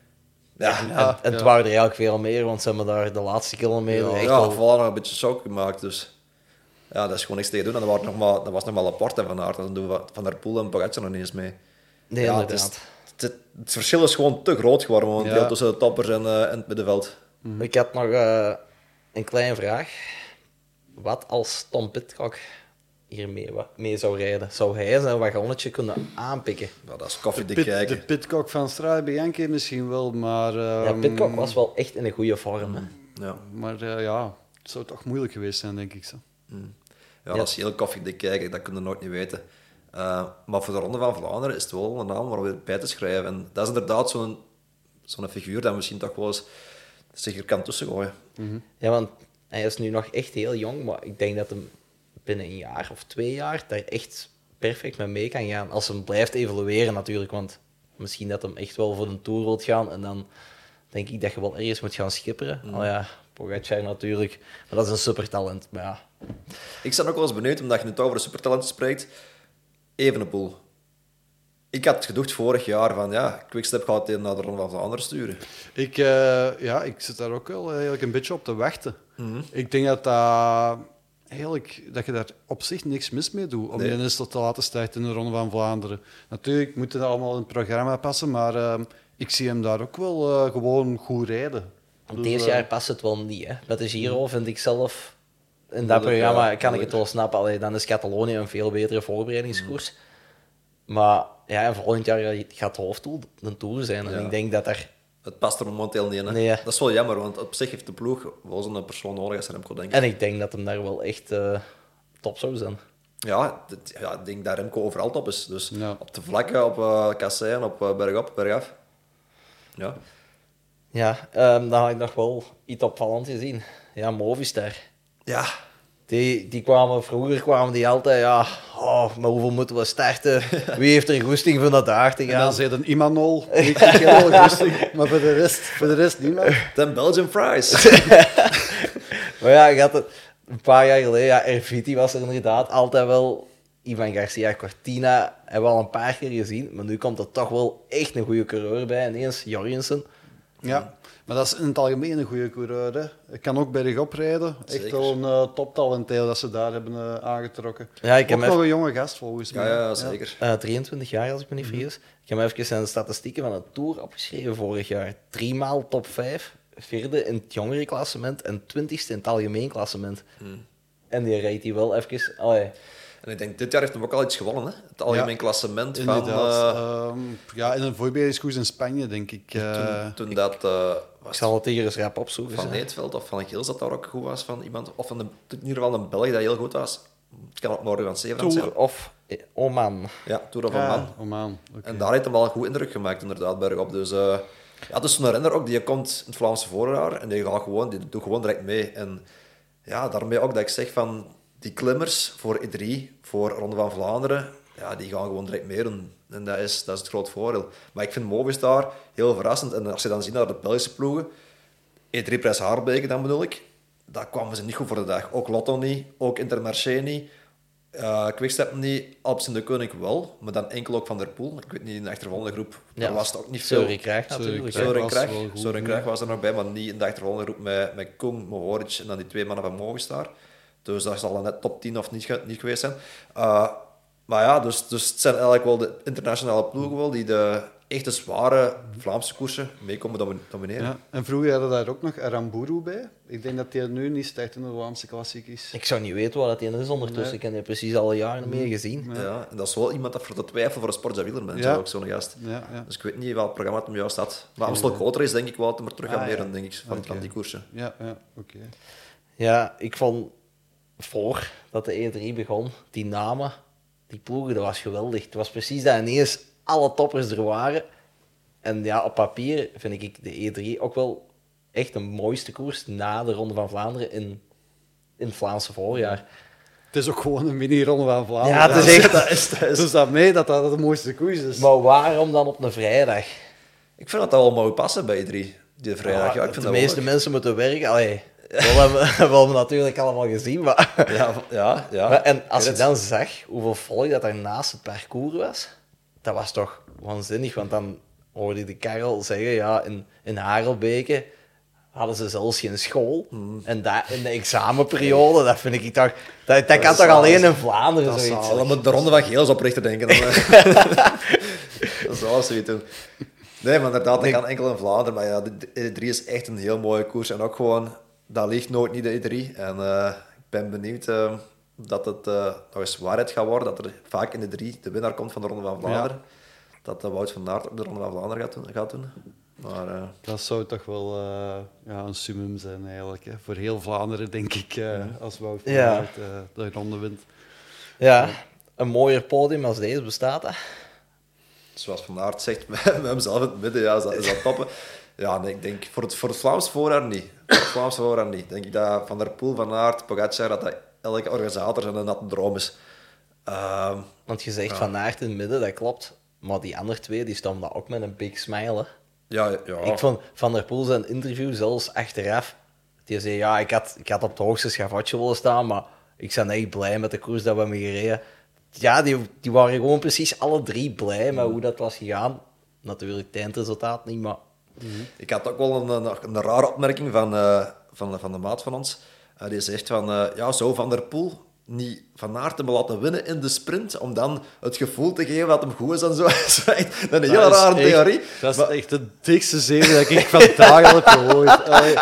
Ja, en het waren er eigenlijk veel meer, want ze hebben daar de laatste kilometer echt ja, wel... vooral nog een beetje shock gemaakt, dus... Ja, dat is gewoon niks tegen doen. En dat was nog maar Laporte en Van Aert. Dan doen we Van der Poel en Pogacar nog niet eens mee. Nee, Ja, inderdaad. het verschil is gewoon te groot geworden momenteel Ja. tussen de toppers en het middenveld. Ik had nog een kleine vraag. Wat als Tom Pidcock hier mee zou rijden? Zou hij zijn wagonnetje kunnen aanpikken? Ja, dat is koffiedik De kijken. Pitcock van Strade Bianchi misschien wel, maar... Ja, Pidcock was wel echt in een goede vorm. Hè? Ja. Maar ja, het zou toch moeilijk geweest zijn, denk ik zo. Ja, dat is heel koffiedik kijken, dat kun je nooit niet weten. Maar voor de Ronde van Vlaanderen is het wel een naam waar we bij te schrijven. En dat is inderdaad zo'n figuur dat misschien toch wel eens zich er kan tussengooien. Ja, want hij is nu nog echt heel jong, maar ik denk dat hem binnen een jaar of 2 jaar daar echt perfect mee kan gaan. Als hem blijft evolueren natuurlijk, want misschien dat hem echt wel voor de Tour wilt gaan en dan denk ik dat je wel ergens moet gaan schipperen. Oh ja, Pogacar natuurlijk, maar dat is een supertalent. Maar ja, Ik ben ook wel eens benieuwd, omdat je nu toch over de supertalenten spreekt, Evenepoel. Ik had gedacht vorig jaar van, ja, Quickstep gaat hij naar de Ronde van Vlaanderen sturen. Ik zit daar ook wel eigenlijk een beetje op te wachten. Ik denk dat je daar op zich niks mis mee doet om Nee. je eens te laten starten in de Ronde van Vlaanderen. Natuurlijk moet het allemaal in het programma passen, maar ik zie hem daar ook wel gewoon goed rijden. want Dus, deze jaar past het wel niet. Hè. Met de Giro vind ik zelf, in dat Moeilijk, programma ja, kan ik het wel snappen. Allee, dan is Catalonië een veel betere voorbereidingskoers. Maar ja, en volgend jaar gaat het hoofddoel de Tour zijn. En Ja. ik denk dat er... Het past er momenteel niet in. Hè? Nee, ja. Dat is wel jammer, want op zich heeft de ploeg wel zo'n persoon nodig als Remco, denk ik. En ik denk dat hem daar wel echt top zou zijn. Ja, ik denk dat Remco overal top is. Dus Ja. op de vlakken, op kasseien, op bergop, bergaf. Ja. Ja, dan had ik nog wel iets opvallends gezien. Ja, Movistar. Ja. Vroeger kwamen die altijd, ja, maar hoeveel moeten we starten? Wie heeft er goesting van naar daar te En gaan? dan zei een Imanol, ik heb wel rustig, maar voor de rest niemand. Dan Belgian Fries. Maar ja, ik had het een paar jaar geleden, ja, Erviti was er inderdaad altijd wel. Ivan Garcia Cortina hebben we al een paar keer gezien, maar nu komt er toch wel echt een goede coureur bij. Ineens Jorgensen. Ja, maar dat is in het algemeen een goede coureur. Hè. Ik kan ook bergop rijden. Echt Zeker. wel een toptalenteel dat ze daar hebben aangetrokken. Ja, ik Ook heb nog een jonge gast volgens mij. Ja, zeker. 23 jaar, als ik me niet vergis. Ik heb even zijn statistieken van de Tour opgeschreven vorig jaar. 3 maal top 5, 4e in het jongerenklassement en 20ste in het algemeen klassement. En die rijdt hij wel even... Allee. En ik denk, dit jaar heeft hem ook al iets gewonnen, hè? Het algemeen klassement van... Inderdaad. Ja, in een voorbereidingskoers in Spanje, denk ik. toen dat... Ik was zal het hier eens rap opzoeken. Van hè. Neetveld of Van Gils dat daar ook goed was van iemand. Of in ieder geval een Belg dat heel goed was. Het kan ook Morgan Severance zijn. Tour of Oman. Ja, Tour of Oman. Oman. Oké. En daar heeft hem wel een goed indruk gemaakt, inderdaad, bergop. Dus ja, dus zo'n renner ook, die komt in het Vlaamse voorjaar en die doet gewoon direct mee. En ja, daarmee ook dat ik zeg van die klimmers voor E3, voor Ronde van Vlaanderen, ja, die gaan gewoon direct meedoen. En dat is het groot voordeel. Maar ik vind Movistar heel verrassend. En als je dan ziet naar de Belgische ploegen, E3-prijs Haarbeke dan bedoel ik, daar kwamen ze niet goed voor de dag. Ook Lotto niet, ook Intermarché niet. Quickstep niet, Alps in de Koning wel, maar dan enkel ook Van der Poel. Ik weet niet, in de achtervolgende groep, daar was het ook niet veel. Sorry, krijg natuurlijk. Sorry. hè. Søren Krag was er nog bij, maar niet in de achtervolgende groep met Koen, Mohoric en dan die 2 mannen van Movistar. Dus dat zal dan net top 10 of niet geweest zijn. Maar ja, dus het zijn eigenlijk wel de internationale ploegen wel die de echte zware Vlaamse koersen mee komen domineren. Ja. En vroeger hadden daar ook nog Aramburu bij. Ik denk dat hij nu niet start in de Vlaamse klassiek is. Ik zou niet weten wat dat is ondertussen. Nee. Ik heb die precies al jaren meer gezien. Ja, en dat is wel iemand dat voor de twijfel voor een Sportza Wielermanager Ja. ook zo'n gast. Ja, ja. Dus ik weet niet welk programma het hem juist had. Maar Amstel Gotra is denk ik wel dat hij maar terug gaat leren, denk ik, van Oké. die koersen. Ja, oké. Ja, ik vond voor dat de E3 begon, die namen, die ploegen, dat was geweldig. Het was precies dat ineens alle toppers er waren. En ja, op papier vind ik de E3 ook wel echt de mooiste koers na de Ronde van Vlaanderen in het Vlaamse voorjaar. Het is ook gewoon een mini-ronde van Vlaanderen. Ja, het is echt... Dus dat mee dat de mooiste koers is. Maar waarom dan op een vrijdag? Ik vind dat wel mooi passen bij E3, die vrijdag. Ja, ik vind de dat meeste wel mensen moeten werken. Allee, we hebben we natuurlijk allemaal gezien, maar... leuk. Ja. Maar, en als je Ik weet dan zag hoeveel volk dat er naast het parcours was, dat was toch waanzinnig. Want dan hoorde je de Karel zeggen, ja, in Harelbeke hadden ze zelfs geen school. En dat, in de examenperiode, dat vind ik toch... Dat kan toch zalig. alleen in Vlaanderen Dat is zoiets. het. Dan moet de Ronde van Geels oprichter denken. Dan, dat is wel zoiets doen. Nee, maar inderdaad, dat kan enkel in Vlaanderen. Maar ja, de E3 is echt een heel mooie koers. En ook gewoon, dat ligt nooit niet de E3. En ik ben benieuwd dat het nog eens waarheid gaat worden. Dat er vaak in de 3 de winnaar komt van de Ronde van Vlaanderen. Dat Wout van Aert op de Ronde van Vlaanderen gaat doen. Maar Dat zou toch wel een summum zijn eigenlijk. Hè. Voor heel Vlaanderen, denk ik, als Wout van Ja. Aert de ronde wint. Ja, een mooier podium als deze bestaat, hè. zoals Van Aert zegt, met hemzelf in het midden, ja, is dat toppen. Ja, nee, ik denk voor het Vlaams voorjaar niet. Voor het Vlaams voorjaar niet. Denk ik dat Van der Poel, Van Aert, Pogacar, dat elke organisator zijn een natte droom is. Want je zegt Van Aert in het midden, dat klopt. Maar die andere twee, die staan daar ook met een big smile, hè. Ja. Ik vond Van der Poel zijn interview zelfs achteraf. Die zei, ja, ik had op het hoogste schavotje willen staan, maar ik ben echt blij met de koers dat we hebben gereden. Ja, die waren gewoon precies alle drie blij met hoe dat was gegaan. Natuurlijk het eindresultaat niet, maar... Ik had ook wel een rare opmerking van de maat van ons. Die zegt van, ja, zou Van der Poel niet Van Aert hem laten winnen in de sprint, om dan het gevoel te geven dat hem goed is en zo. Dat is echt een hele rare theorie. Dat is echt de dikste zin dat ik vandaag al heb gehoord. Allee.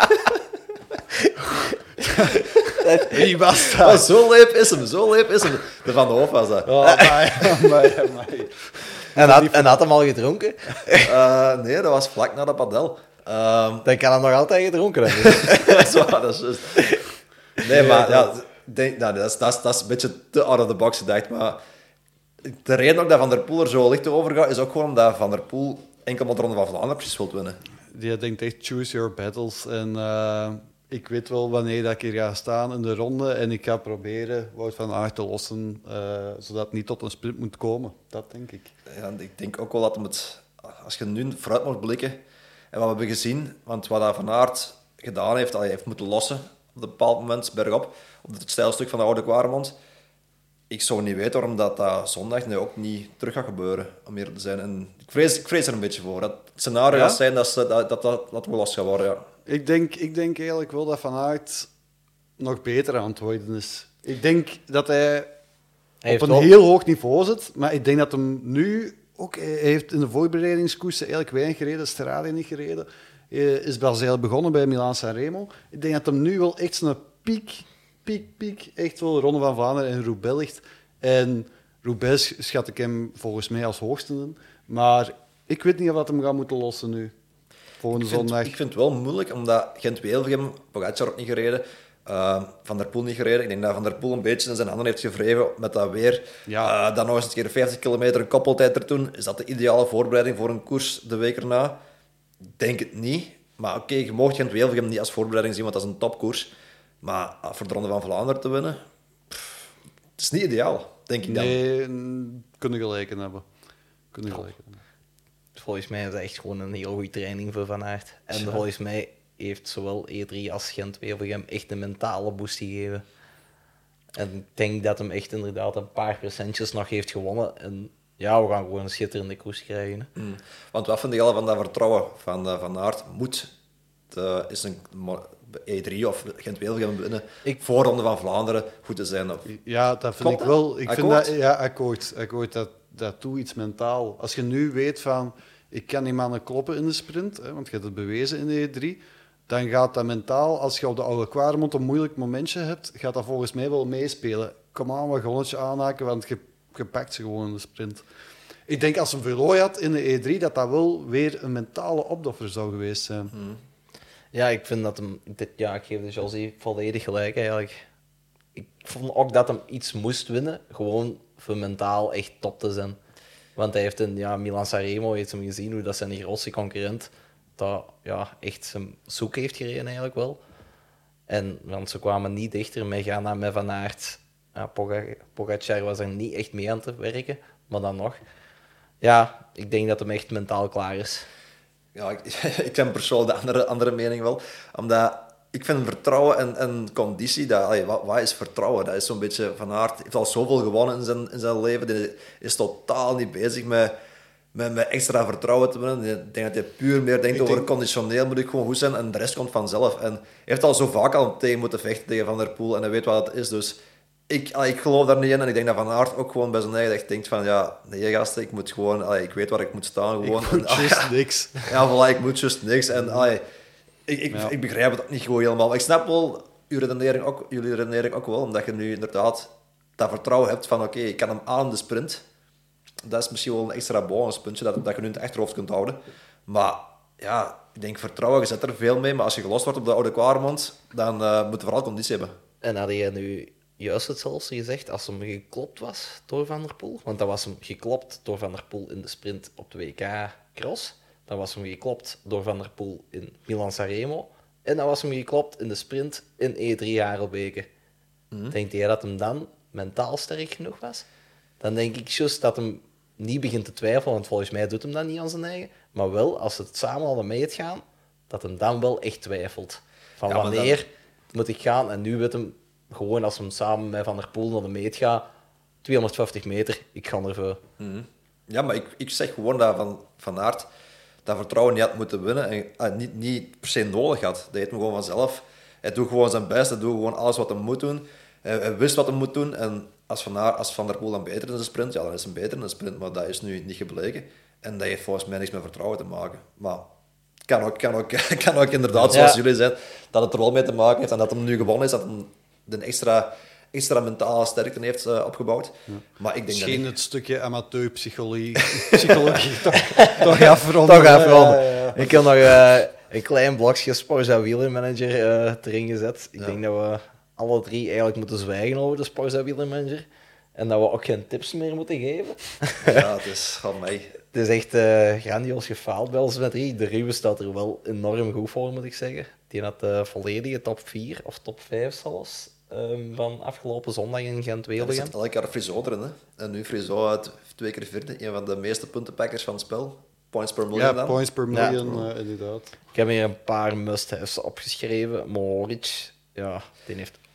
Wie was Maar dat? zo leep is hem. De Van de Hof was dat. Oh, amai. En had hem al gedronken? Nee, dat was vlak na de padel. Dan kan hij nog altijd gedronken hebben. Dat is waar, dat is juist. Nee, maar ja, dat is een beetje te out of the box gedacht. Maar de reden ook dat Van der Poel er zo licht over gaat, is ook gewoon omdat Van der Poel enkel maar de Ronde van Vlaanderen precies wilt winnen. Die denkt echt, choose your battles. En ik weet wel wanneer dat ik hier ga staan in de ronde. En ik ga proberen Wout van Aert te lossen, zodat het niet tot een sprint moet komen. Dat denk ik. Ja, en ik denk ook wel dat hem het... Als je nu vooruit moet blikken, en wat we hebben gezien, want wat hij Van Aert gedaan heeft, hij heeft moeten lossen op een bepaald moment, bergop, op het stijlstuk van de Oude Kwaremond. ik zou niet weten waarom dat zondag nu ook niet terug gaat gebeuren, om eerlijk te zijn. En ik vrees er een beetje voor. Dat het scenario gaat zijn dat wel lastig gaat worden, ja. Ik denk eigenlijk wel dat Van Aert nog beter aan het worden is. Ik denk dat hij op een heel hoog niveau zit, maar ik denk dat hem nu ook... Hij heeft in de voorbereidingskoersen eigenlijk weinig gereden, Strade niet gereden. Is Brazil begonnen bij Milaan-San Remo. Ik denk dat hem nu wel echt zijn piek, echt wel Ronde van Vlaanderen en Roubaix ligt. En Roubaix schat ik hem volgens mij als hoogste in. Maar ik weet niet of dat hem gaat moeten lossen nu. Volgende zondag. Ik vind het wel moeilijk, omdat Gent-Wevelgem, Pogacar ook niet gereden, Van der Poel niet gereden. Ik denk dat Van der Poel een beetje in zijn handen heeft gevreven met dat weer. Ja. Dan nog eens een keer 50 kilometer een koppeltijd ertoe. Is dat de ideale voorbereiding voor een koers de week erna? Denk het niet. Maar oké, je mag Gent-Wevelgem niet als voorbereiding zien, want dat is een topkoers. Maar voor de Ronde van Vlaanderen te winnen, het is niet ideaal, denk ik dan. Nee, kunnen gelijken hebben. Volgens mij is dat echt gewoon een heel goede training voor Van Aert. En volgens mij heeft zowel E3 als Gent-Wevelgem echt een mentale boost gegeven. En ik denk dat hem echt inderdaad een paar procentjes nog heeft gewonnen. En ja, we gaan gewoon een schitterende koers krijgen. Hè. Want wat vind je al van dat vertrouwen van Aert? Is een E3 of Gent-Wevelgem winnen voor Ronde van Vlaanderen goed te zijn? Of... Ja, dat vind Klopt ik dat? wel. Ik vind Akkoord? dat, ja, akkoord. Dat doet iets mentaal. Als je nu weet van, ik kan die mannen kloppen in de sprint, hè, want je hebt het bewezen in de E3, dan gaat dat mentaal, als je op de Oude Kwaremond een moeilijk momentje hebt, gaat dat volgens mij wel meespelen. Kom aan, wat gonnetje aanhaken, want je pakt ze gewoon in de sprint. Ik denk als een Veloy had in de E3, dat dat wel weer een mentale opdoffer zou geweest zijn. Ja, ik vind dat hem... Ja, ik geef de José volledig gelijk eigenlijk. Ik vond ook dat hem iets moest winnen, gewoon voor mentaal echt top te zijn. Want hij heeft in Milan-San Remo heeft hem gezien hoe dat zijn grootste concurrent dat echt zijn zoek heeft gereden eigenlijk wel. Want ze kwamen niet dichter met Ghana, met Van Aert. Pogacar was er niet echt mee aan te werken, maar dan nog. Ja, ik denk dat hem echt mentaal klaar is. Ja, ik heb persoonlijk de andere mening wel. Omdat ik vind vertrouwen en conditie, wat is vertrouwen? Dat is zo'n beetje Van Aert. Hij heeft al zoveel gewonnen in zijn leven. Hij is totaal niet bezig met extra vertrouwen te winnen. Ik denk dat hij puur meer denkt over conditioneel moet ik gewoon goed zijn en de rest komt vanzelf. En hij heeft al zo vaak al tegen moeten vechten tegen Van der Poel en hij weet wat het is. Dus ik geloof daar niet in en ik denk dat Van Aert ook gewoon bij zijn eigen echt denkt van nee gasten, ik moet gewoon, ik weet waar ik moet staan. Gewoon. Ik moet juist niks. Ja, voilà, ik moet juist niks. En ik begrijp het ook niet gewoon helemaal. Maar ik snap wel jullie redenering ook wel, omdat je nu inderdaad dat vertrouwen hebt van oké, ik kan hem aan de sprint. Dat is misschien wel een extra bonuspuntje dat je nu in het achterhoofd kunt houden. Maar ja, ik denk vertrouwen, je zet er veel mee, maar als je gelost wordt op de Oude Kwaremond, dan moet je vooral conditie hebben. En had je nu juist hetzelfde gezegd als hem geklopt was door Van der Poel? Want dan was hem geklopt door Van der Poel in de sprint op de WK Cross. Dan was hem geklopt door Van der Poel in Milan-San Remo. En dan was hem geklopt in de sprint in E3 Harelbeke. Denkt jij dat hem dan mentaal sterk genoeg was? Dan denk ik juist dat hem niet begint te twijfelen, want volgens mij doet hem dat niet aan zijn eigen. Maar wel, als ze het samen al mee het gaan, dat hem dan wel echt twijfelt. Van wanneer moet ik gaan? En nu weet hem gewoon, als hem samen met Van der Poel naar de meet gaat, 250 meter, ik ga ervoor. Ja, maar ik zeg gewoon dat Van Aert dat vertrouwen niet had moeten winnen en niet per se nodig had. Dat deed hem gewoon vanzelf. Hij doet gewoon zijn best, hij doet gewoon alles wat hij moet doen. Hij wist wat hij moet doen en als Van der Poel dan beter in de sprint, ja, dan is hij beter in de sprint, maar dat is nu niet gebleken. En dat heeft volgens mij niks met vertrouwen te maken. Maar het kan ook inderdaad, zoals jullie zeiden, dat het er wel mee te maken heeft en dat hem nu gewonnen is, dat hij een extra mentale sterkte heeft opgebouwd. Ja. Maar ik denk misschien dat het stukje amateurpsychologie toch afronden. Toch afronden. Ja. Ik heb nog een klein blokje Sporza Wielermanager erin gezet. Ik denk dat we alle drie eigenlijk moeten zwijgen over de Sporza Wielermanager. En dat we ook geen tips meer moeten geven. Ja, het is van mij. Het is echt grandioos gefaald bij ons met drie. De Ruben staat er wel enorm goed voor, moet ik zeggen. Die had de volledige top 4 of top 5 zelfs van afgelopen zondag in Gent-Wevelgem. Er zit elk jaar Friso erin, hè. En nu Friso uit 2 keer vierde, een van de meeste puntenpakkers van het spel. Points per million dan. Ja, points per million, inderdaad. Ik heb hier een paar must-haves opgeschreven. Mohoric, ja, die heeft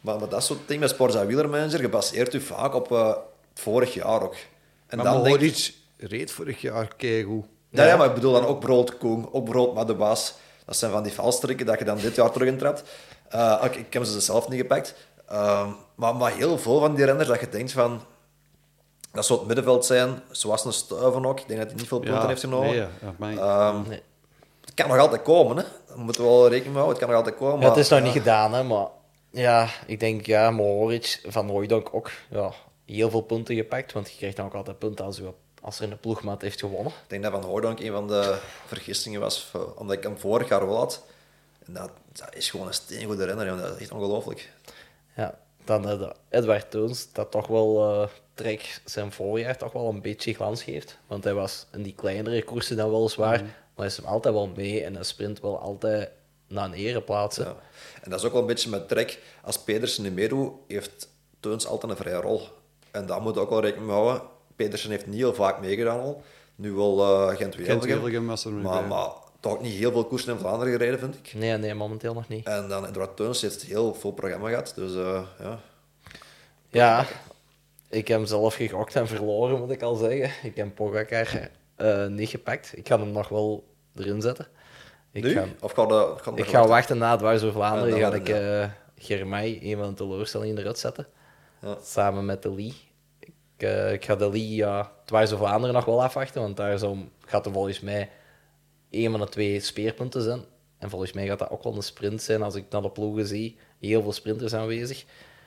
Maar dat is zo'n ding met Sporza Wielermanager, gebaseerd u vaak op het vorig jaar ook. En Maar dan denk ik... Mohoric reed vorig jaar keigoed. Ja, maar ik bedoel dan ook brood Koen, ook brood Maddebaas. Dat zijn van die valstrikken dat je dan dit jaar terug intrapt. Ik heb ze zelf niet gepakt. Maar heel veel van die renners dat je denkt van... Dat zou het middenveld zijn, zoals een Stuyven ook. Ik denk dat hij niet veel punten heeft genomen. Nee, maar... Nee. Het kan nog altijd komen, hè. Daar moeten we wel rekening mee houden. Het kan nog altijd komen. Ja, het is nog maar, niet gedaan, hè, maar ja, ik denk, ja, Mohoric van Hooijdonk ook ja, heel veel punten gepakt, want je krijgt dan ook altijd punten als er een ploegmaat heeft gewonnen. Ik denk dat Van Hooijdonk een van de vergissingen was, omdat ik hem vorig jaar wel had. En dat is gewoon een steengoede renner, jongen. Dat is echt ongelooflijk. Ja, dan de Edward Teuns, dat toch wel Trek zijn voorjaar toch wel een beetje glans geeft, want hij was in die kleinere koersen dan weliswaar, maar hij is hem altijd wel mee en hij sprint wel altijd naar een ereplaats. Hè. Ja. En dat is ook wel een beetje met Trek. Als Pedersen niet meedoet, heeft Teuns altijd een vrije rol. En daar moet je ook wel rekening mee houden. Pedersen heeft niet heel vaak meegedaan al. Nu wel Gent-Wevelgem. Gent-Wevelgem was er nu bij. Maar toch ook niet heel veel koersen in Vlaanderen gereden, vind ik. Nee, momenteel nog niet. En dan Edward Teuns heeft heel veel programma gehad. Dus ja. Ja, ik heb hem zelf gegokt en verloren, moet ik al zeggen. Ik heb Pogacar niet gepakt. Ik ga hem nog wel erin zetten. Nu? Of ga je Ik ga wachten na het Dwars door Vlaanderen. Ja, Ga dan ik Germay, een van de teleurstellingen, eruit zetten. Ja. Samen met de Lee. Ik ga de Lee, ja, Dwars door Vlaanderen nog wel afwachten, want daar gaat er volgens mij een van de 2 speerpunten zijn. En volgens mij gaat dat ook wel een sprint zijn als ik naar de ploegen zie. Heel veel sprinters aanwezig.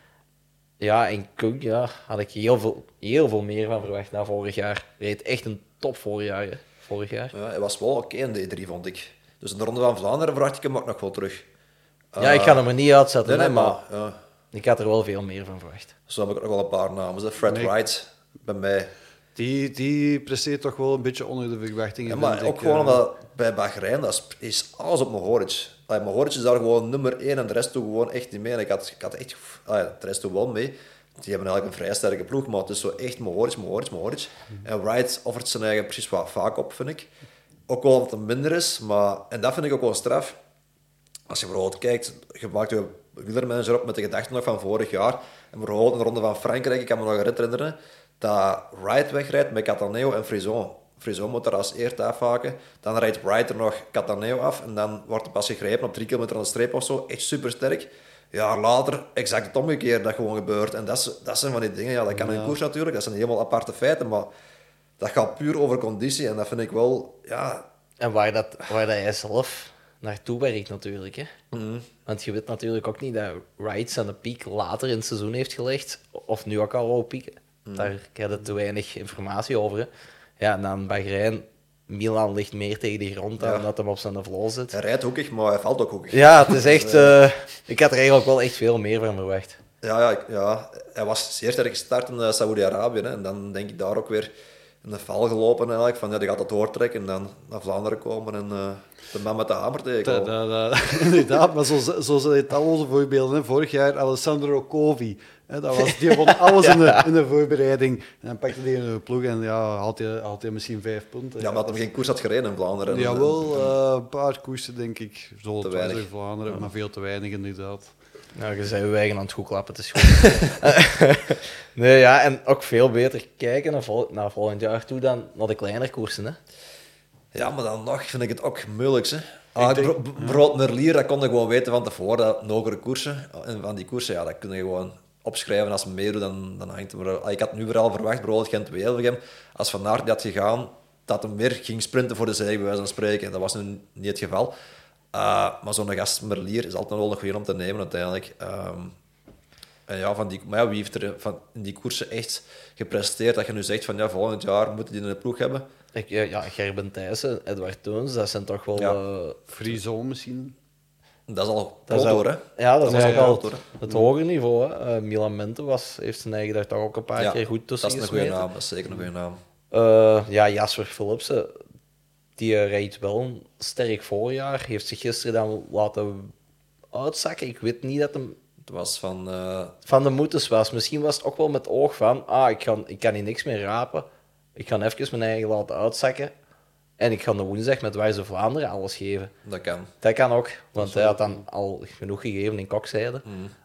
Ja, en Koen, ja, had ik heel veel meer van verwacht na vorig jaar. Hij reed echt een top voorjaar, hè, vorig jaar. Ja, hij was wel oké in de E3, vond ik. Dus in de Ronde van Vlaanderen verwacht ik hem ook nog wel terug. Ja, ik ga hem er niet uitzetten, Nee, hè, maar ja. ik had er wel veel meer van verwacht. Zo heb ik ook nog wel een paar namen. Hè. Fred Nee. Wright, bij mij. Die presteert toch wel een beetje onder de verwachtingen. Ja, maar vind ook ik, gewoon omdat bij Bahrein, is alles op Mohoric. Mohoric is daar gewoon nummer 1 en de rest doet gewoon echt niet mee. En ik had echt... de rest doet wel mee. Die hebben eigenlijk een vrij sterke ploeg, maar het is zo echt Mohoric. En Wright offert zijn eigen precies wat vaak op, vind ik. Ook wel omdat het minder is, maar... En dat vind ik ook wel straf. Als je bijvoorbeeld kijkt, je maakt je wielermanager op met de gedachten nog van vorig jaar. En bijvoorbeeld in de Ronde van Frankrijk, ik kan me nog herinneren, dat Wright wegrijdt met Cataneo en Frison. Frison moet er als eerste afhaken. Dan rijdt Wright er nog Cataneo af. En dan wordt er pas gegrepen op 3 kilometer aan de streep of zo. Echt supersterk. Een jaar later exact het omgekeerde dat gewoon gebeurt. En dat zijn van die dingen, ja, dat kan in koers natuurlijk. Dat zijn helemaal aparte feiten, maar dat gaat puur over conditie. En dat vind ik wel, ja... En waar dat hij zelf naartoe werkt natuurlijk. Hè. Want je weet natuurlijk ook niet dat Wright zijn de piek later in het seizoen heeft gelegd. Of nu ook al wou pieken. Daar heb je te weinig informatie over. Hè. Ja, en dan Bahrein, Milan ligt meer tegen de grond dan dat hem op zijn vloer zit. Hij rijdt hoekig, maar hij valt ook hoekig. Ja, het is echt... ik had er eigenlijk wel echt veel meer van verwacht. Ja, hij was zeer sterk gestart in Saoedi-Arabië. En dan denk ik daar ook weer in de val gelopen eigenlijk. Van, ja, die gaat het doortrekken en dan naar Vlaanderen komen en de man met de hamer tegenkomen. Inderdaad, maar zo zijn het talloze voorbeelden. Hè. Vorig jaar Alessandro Covi. Hè, die won alles in de voorbereiding. En dan pakte hij een ploeg en ja, had hij misschien 5 punten. Ja, maar dat hij geen koers had gereden in Vlaanderen. Jawel, een paar koersen denk ik. Zo Te het was weinig. in Vlaanderen, maar veel te weinig inderdaad. Nou, je zei je eigen aan het goed klappen, het is goed. Nee, ja, en ook veel beter kijken naar volgend jaar toe dan naar de kleinere koersen. Hè. Ja, maar dan nog vind ik het ook moeilijk. Bijvoorbeeld Merlier, dat kon je gewoon weten van tevoren, dat hogere koersen. En van die koersen, ja, dat kun je gewoon opschrijven als ze meedoen, dan hangt het er... Ik had nu vooral verwacht, bijvoorbeeld Gent-Wevelgem, als Van Aert die had gegaan, dat hij meer ging sprinten voor de zege, bij wijze van spreken. Dat was nu niet het geval. Maar zo'n gast Merlier is altijd wel nog weer om te nemen uiteindelijk. En ja, wie heeft er in die koersen echt gepresteerd dat je nu zegt van ja, volgend jaar moeten die in de ploeg hebben? Gerben Thijssen, Edward Teuns, dat zijn toch wel... Ja. Frison misschien. Dat is al Dat is groot al- hoor, hè? Ja, dat is Dat is eigenlijk al al groot, het hoger niveau. Hè. Milan Mente heeft zijn eigen daar toch ook een paar keer goed tussen dat is een goede gesmeten. naam, dat is zeker een goede naam. Jasper Philipsen, die rijdt wel een sterk voorjaar. Heeft zich gisteren dan laten uitzakken. Ik weet niet dat hem Het was van de moeders was. Misschien was het ook wel met het oog van, ik kan hier niks meer rapen. Ik ga even mijn eigen laten uitzakken. En ik ga de woensdag met Wijze Vlaanderen alles geven. dat kan. Dat kan ook, want hij had dan al genoeg gegeven in kokzijde.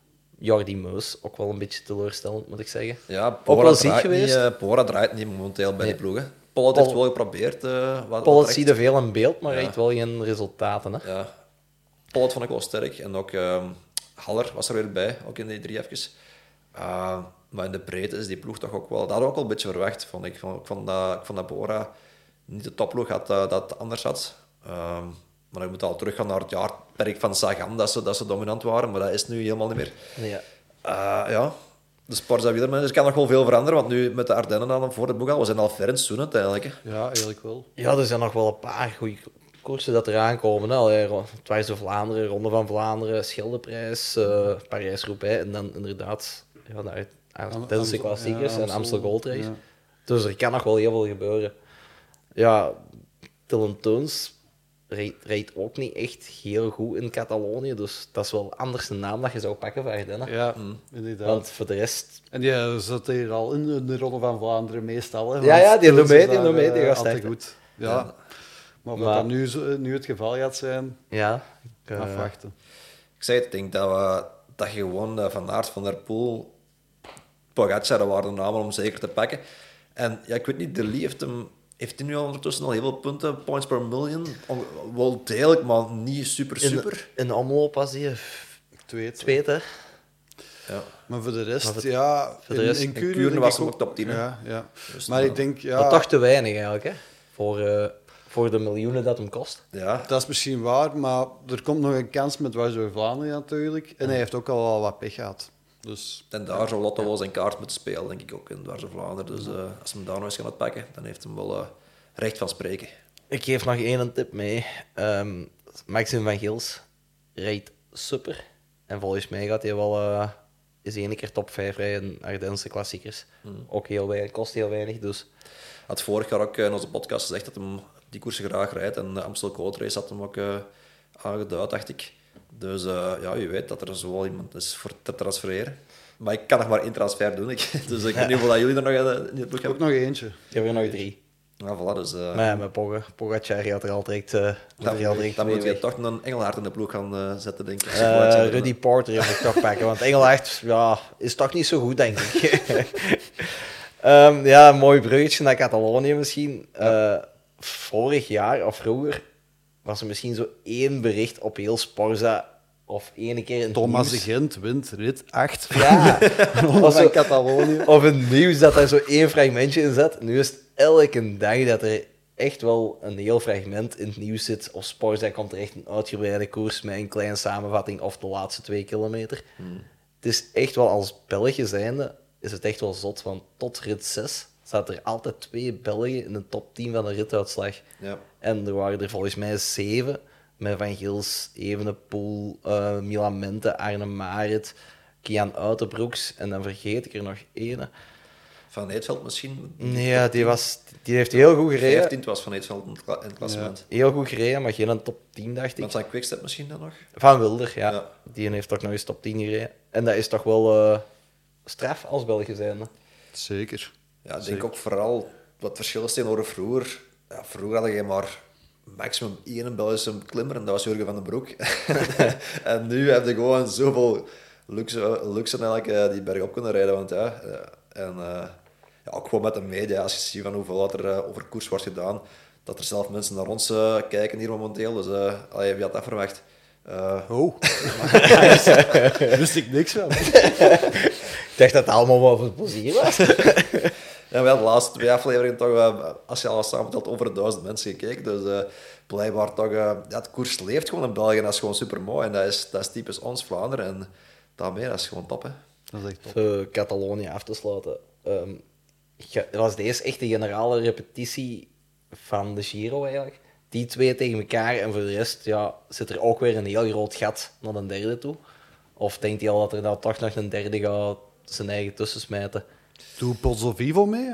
Jordi Meus, ook wel een beetje teleurstellend, moet ik zeggen. Ja, Ook wel ziek geweest. Pora draait niet momenteel bij die ploegen. Pollet Pol- heeft wel geprobeerd. Pollet zie je veel in beeld, maar Ja. hij heeft wel geen resultaten. Hè? Ja, Pollet vond ik wel sterk. En ook Haller was er weer bij, ook in die 3 even. Maar in de breedte is die ploeg toch ook wel... Dat hadden we ook wel een beetje verwacht, vond ik. Ik vond dat Bora niet de topploeg had dat anders had. Maar ik moet al teruggaan naar het jaarperk van Sagan, dat ze dominant waren. Maar dat is nu helemaal niet meer. Ja. Ja, de Sporza wielermanager kan nog wel veel veranderen. Want nu met de Ardennen dan voor het boek al, we zijn al ver in het seizoen uiteindelijk. Hè. Ja, eigenlijk wel. Ja, er zijn nog wel een paar goede koersen dat eraan komen. Hè. Allee, Tours de Vlaanderen, Ronde van Vlaanderen, Scheldeprijs, Parijs-Roubaix en dan inderdaad tijdens de klassiekers en Amstel Gold Race. Ja. Dus er kan nog wel heel veel gebeuren. Ja, Dylan Teuns rijdt ook niet echt heel goed in Catalonië, dus dat is wel anders de naam dat je zou pakken van Ardennen. Ja, inderdaad. Want voor de rest... En die zat hier al in de Ronde van Vlaanderen meestal. Hè, Ja, want die doet mee, is die daar, doet mee, die gaat altijd sterk. goed. Ja. Maar of Maar- dat nu het geval gaat zijn, Ja, afwachten. Ik zei het, ik denk dat je gewoon Van Aert, Van der Poel, Pogacar, dat waren de namen om zeker te pakken. En ja, ik weet niet, De Lee heeft hij nu al ondertussen al heel veel punten, points per million. Wel degelijk, maar niet super. in de omloop was hij tweede. Ja. Maar voor de rest, Maar voor- ja... voor de rest- in In Kuurne Kuurne denk was ik hem ook top 10. Hè. Ja, ja. Dus, Maar ik denk, ja... Maar toch te weinig eigenlijk, hè? Voor de miljoenen dat hem kost. Ja, Dat is misschien waar, maar er komt nog een kans met Dwars door Vlaanderen natuurlijk. En hij heeft ook al wel wat pech gehad. Dus en daar zou Lotto wel zijn kaart moeten spelen, denk ik ook, in Dwars door Vlaanderen. Dus als hij hem daar nog eens gaat pakken, dan heeft hij wel recht van spreken. Ik geef nog één tip mee. Maxim van Gils rijdt super. En volgens mij gaat hij wel eens één keer top 5 rijden in Ardense klassiekers. Ook heel weinig, kost heel weinig, dus... Had vorig jaar ook in onze podcast gezegd dat hij die koersen graag rijdt. En de Amstel Gold Race had hem ook aangeduid, dacht ik. Dus ja, je weet dat er zo wel iemand is voor te transfereren. Maar ik kan nog maar 1 transfer doen. Dus ik weet niet of dat jullie er nog in het boek ook hebben. nog eentje. Ik heb er nog 3. Ja, voilà, dus, Maar ja, met Pogacar gaat er al direct, dan moet je weg. toch een Engelhard in de ploeg gaan zetten, denk ik. Rudy Porter moet ik toch pakken, want Engelhard ja, is toch niet zo goed, denk ik. Ja, een mooi bruggetje naar Catalonië misschien. Vorig jaar of vroeger was er misschien zo 1 bericht op heel Sporza of 1 keer in het Thomas de nieuws. Gent wint rit 8 Ja, van of, zo, Catalonië. of in het nieuws dat er zo 1 fragmentje in zat. Nu is het elke dag dat er echt wel een heel fragment in het nieuws zit. Of Sporza komt er echt een uitgebreide koers met een kleine samenvatting of de laatste 2 kilometer. Het is echt wel, als België zijnde, is het echt wel zot. Want tot rit 6 zaten er altijd 2 Belgen in de top 10 van de rituitslag. Ja. En er waren er volgens mij 7, met Van Gils, Evenepoel, Milan Mente, Arne Marit, Kian Uitenbroeks, en dan vergeet ik er nog 1. Van Eetveld misschien. Nee, die heeft heel goed gereden. 15 was Van Eetveld in het klassement. Heel goed gereden, maar geen top 10, dacht ik. Want zijn Quickstep misschien dan nog? Van Wilder, ja. Ja. Die heeft toch nog eens top 10 gereden. En dat is toch wel straf als België zijnde. Zeker. Ja, ik denk ook vooral wat verschil is tegenover vroeger. Ja, vroeger had je maar maximum 1 Belgische klimmer en dat was Jurgen van den Broek. En nu heb je gewoon zoveel luxe eigenlijk die berg op kunnen rijden. Want ja, ja, ook gewoon met de media, als je ziet van hoeveel wat er over koers wordt gedaan, dat er zelf mensen naar ons kijken hier momenteel. Dus wie had dat verwacht? Oh. Daar wist ik niks van. Ik dacht dat het allemaal wel voor plezier was. Ja, we hadden de laatste 2 afleveringen toch, als je alles samentelt, over 1000 mensen gekeken. Dus blijkbaar toch, ja, het koers leeft gewoon in België en dat is gewoon super mooi. En dat is typisch ons Vlaanderen. En daarmee, dat is gewoon top, hè. Dat is echt top. Catalonië af te sluiten. Dat was deze echt de generale repetitie van de Giro eigenlijk. Die 2 tegen elkaar en voor de rest ja, zit er ook weer een heel groot gat naar een derde toe. Of denkt hij al dat er nou toch nog een derde gaat zijn eigen tussen smijten? Doe Pozzo Vivo mee?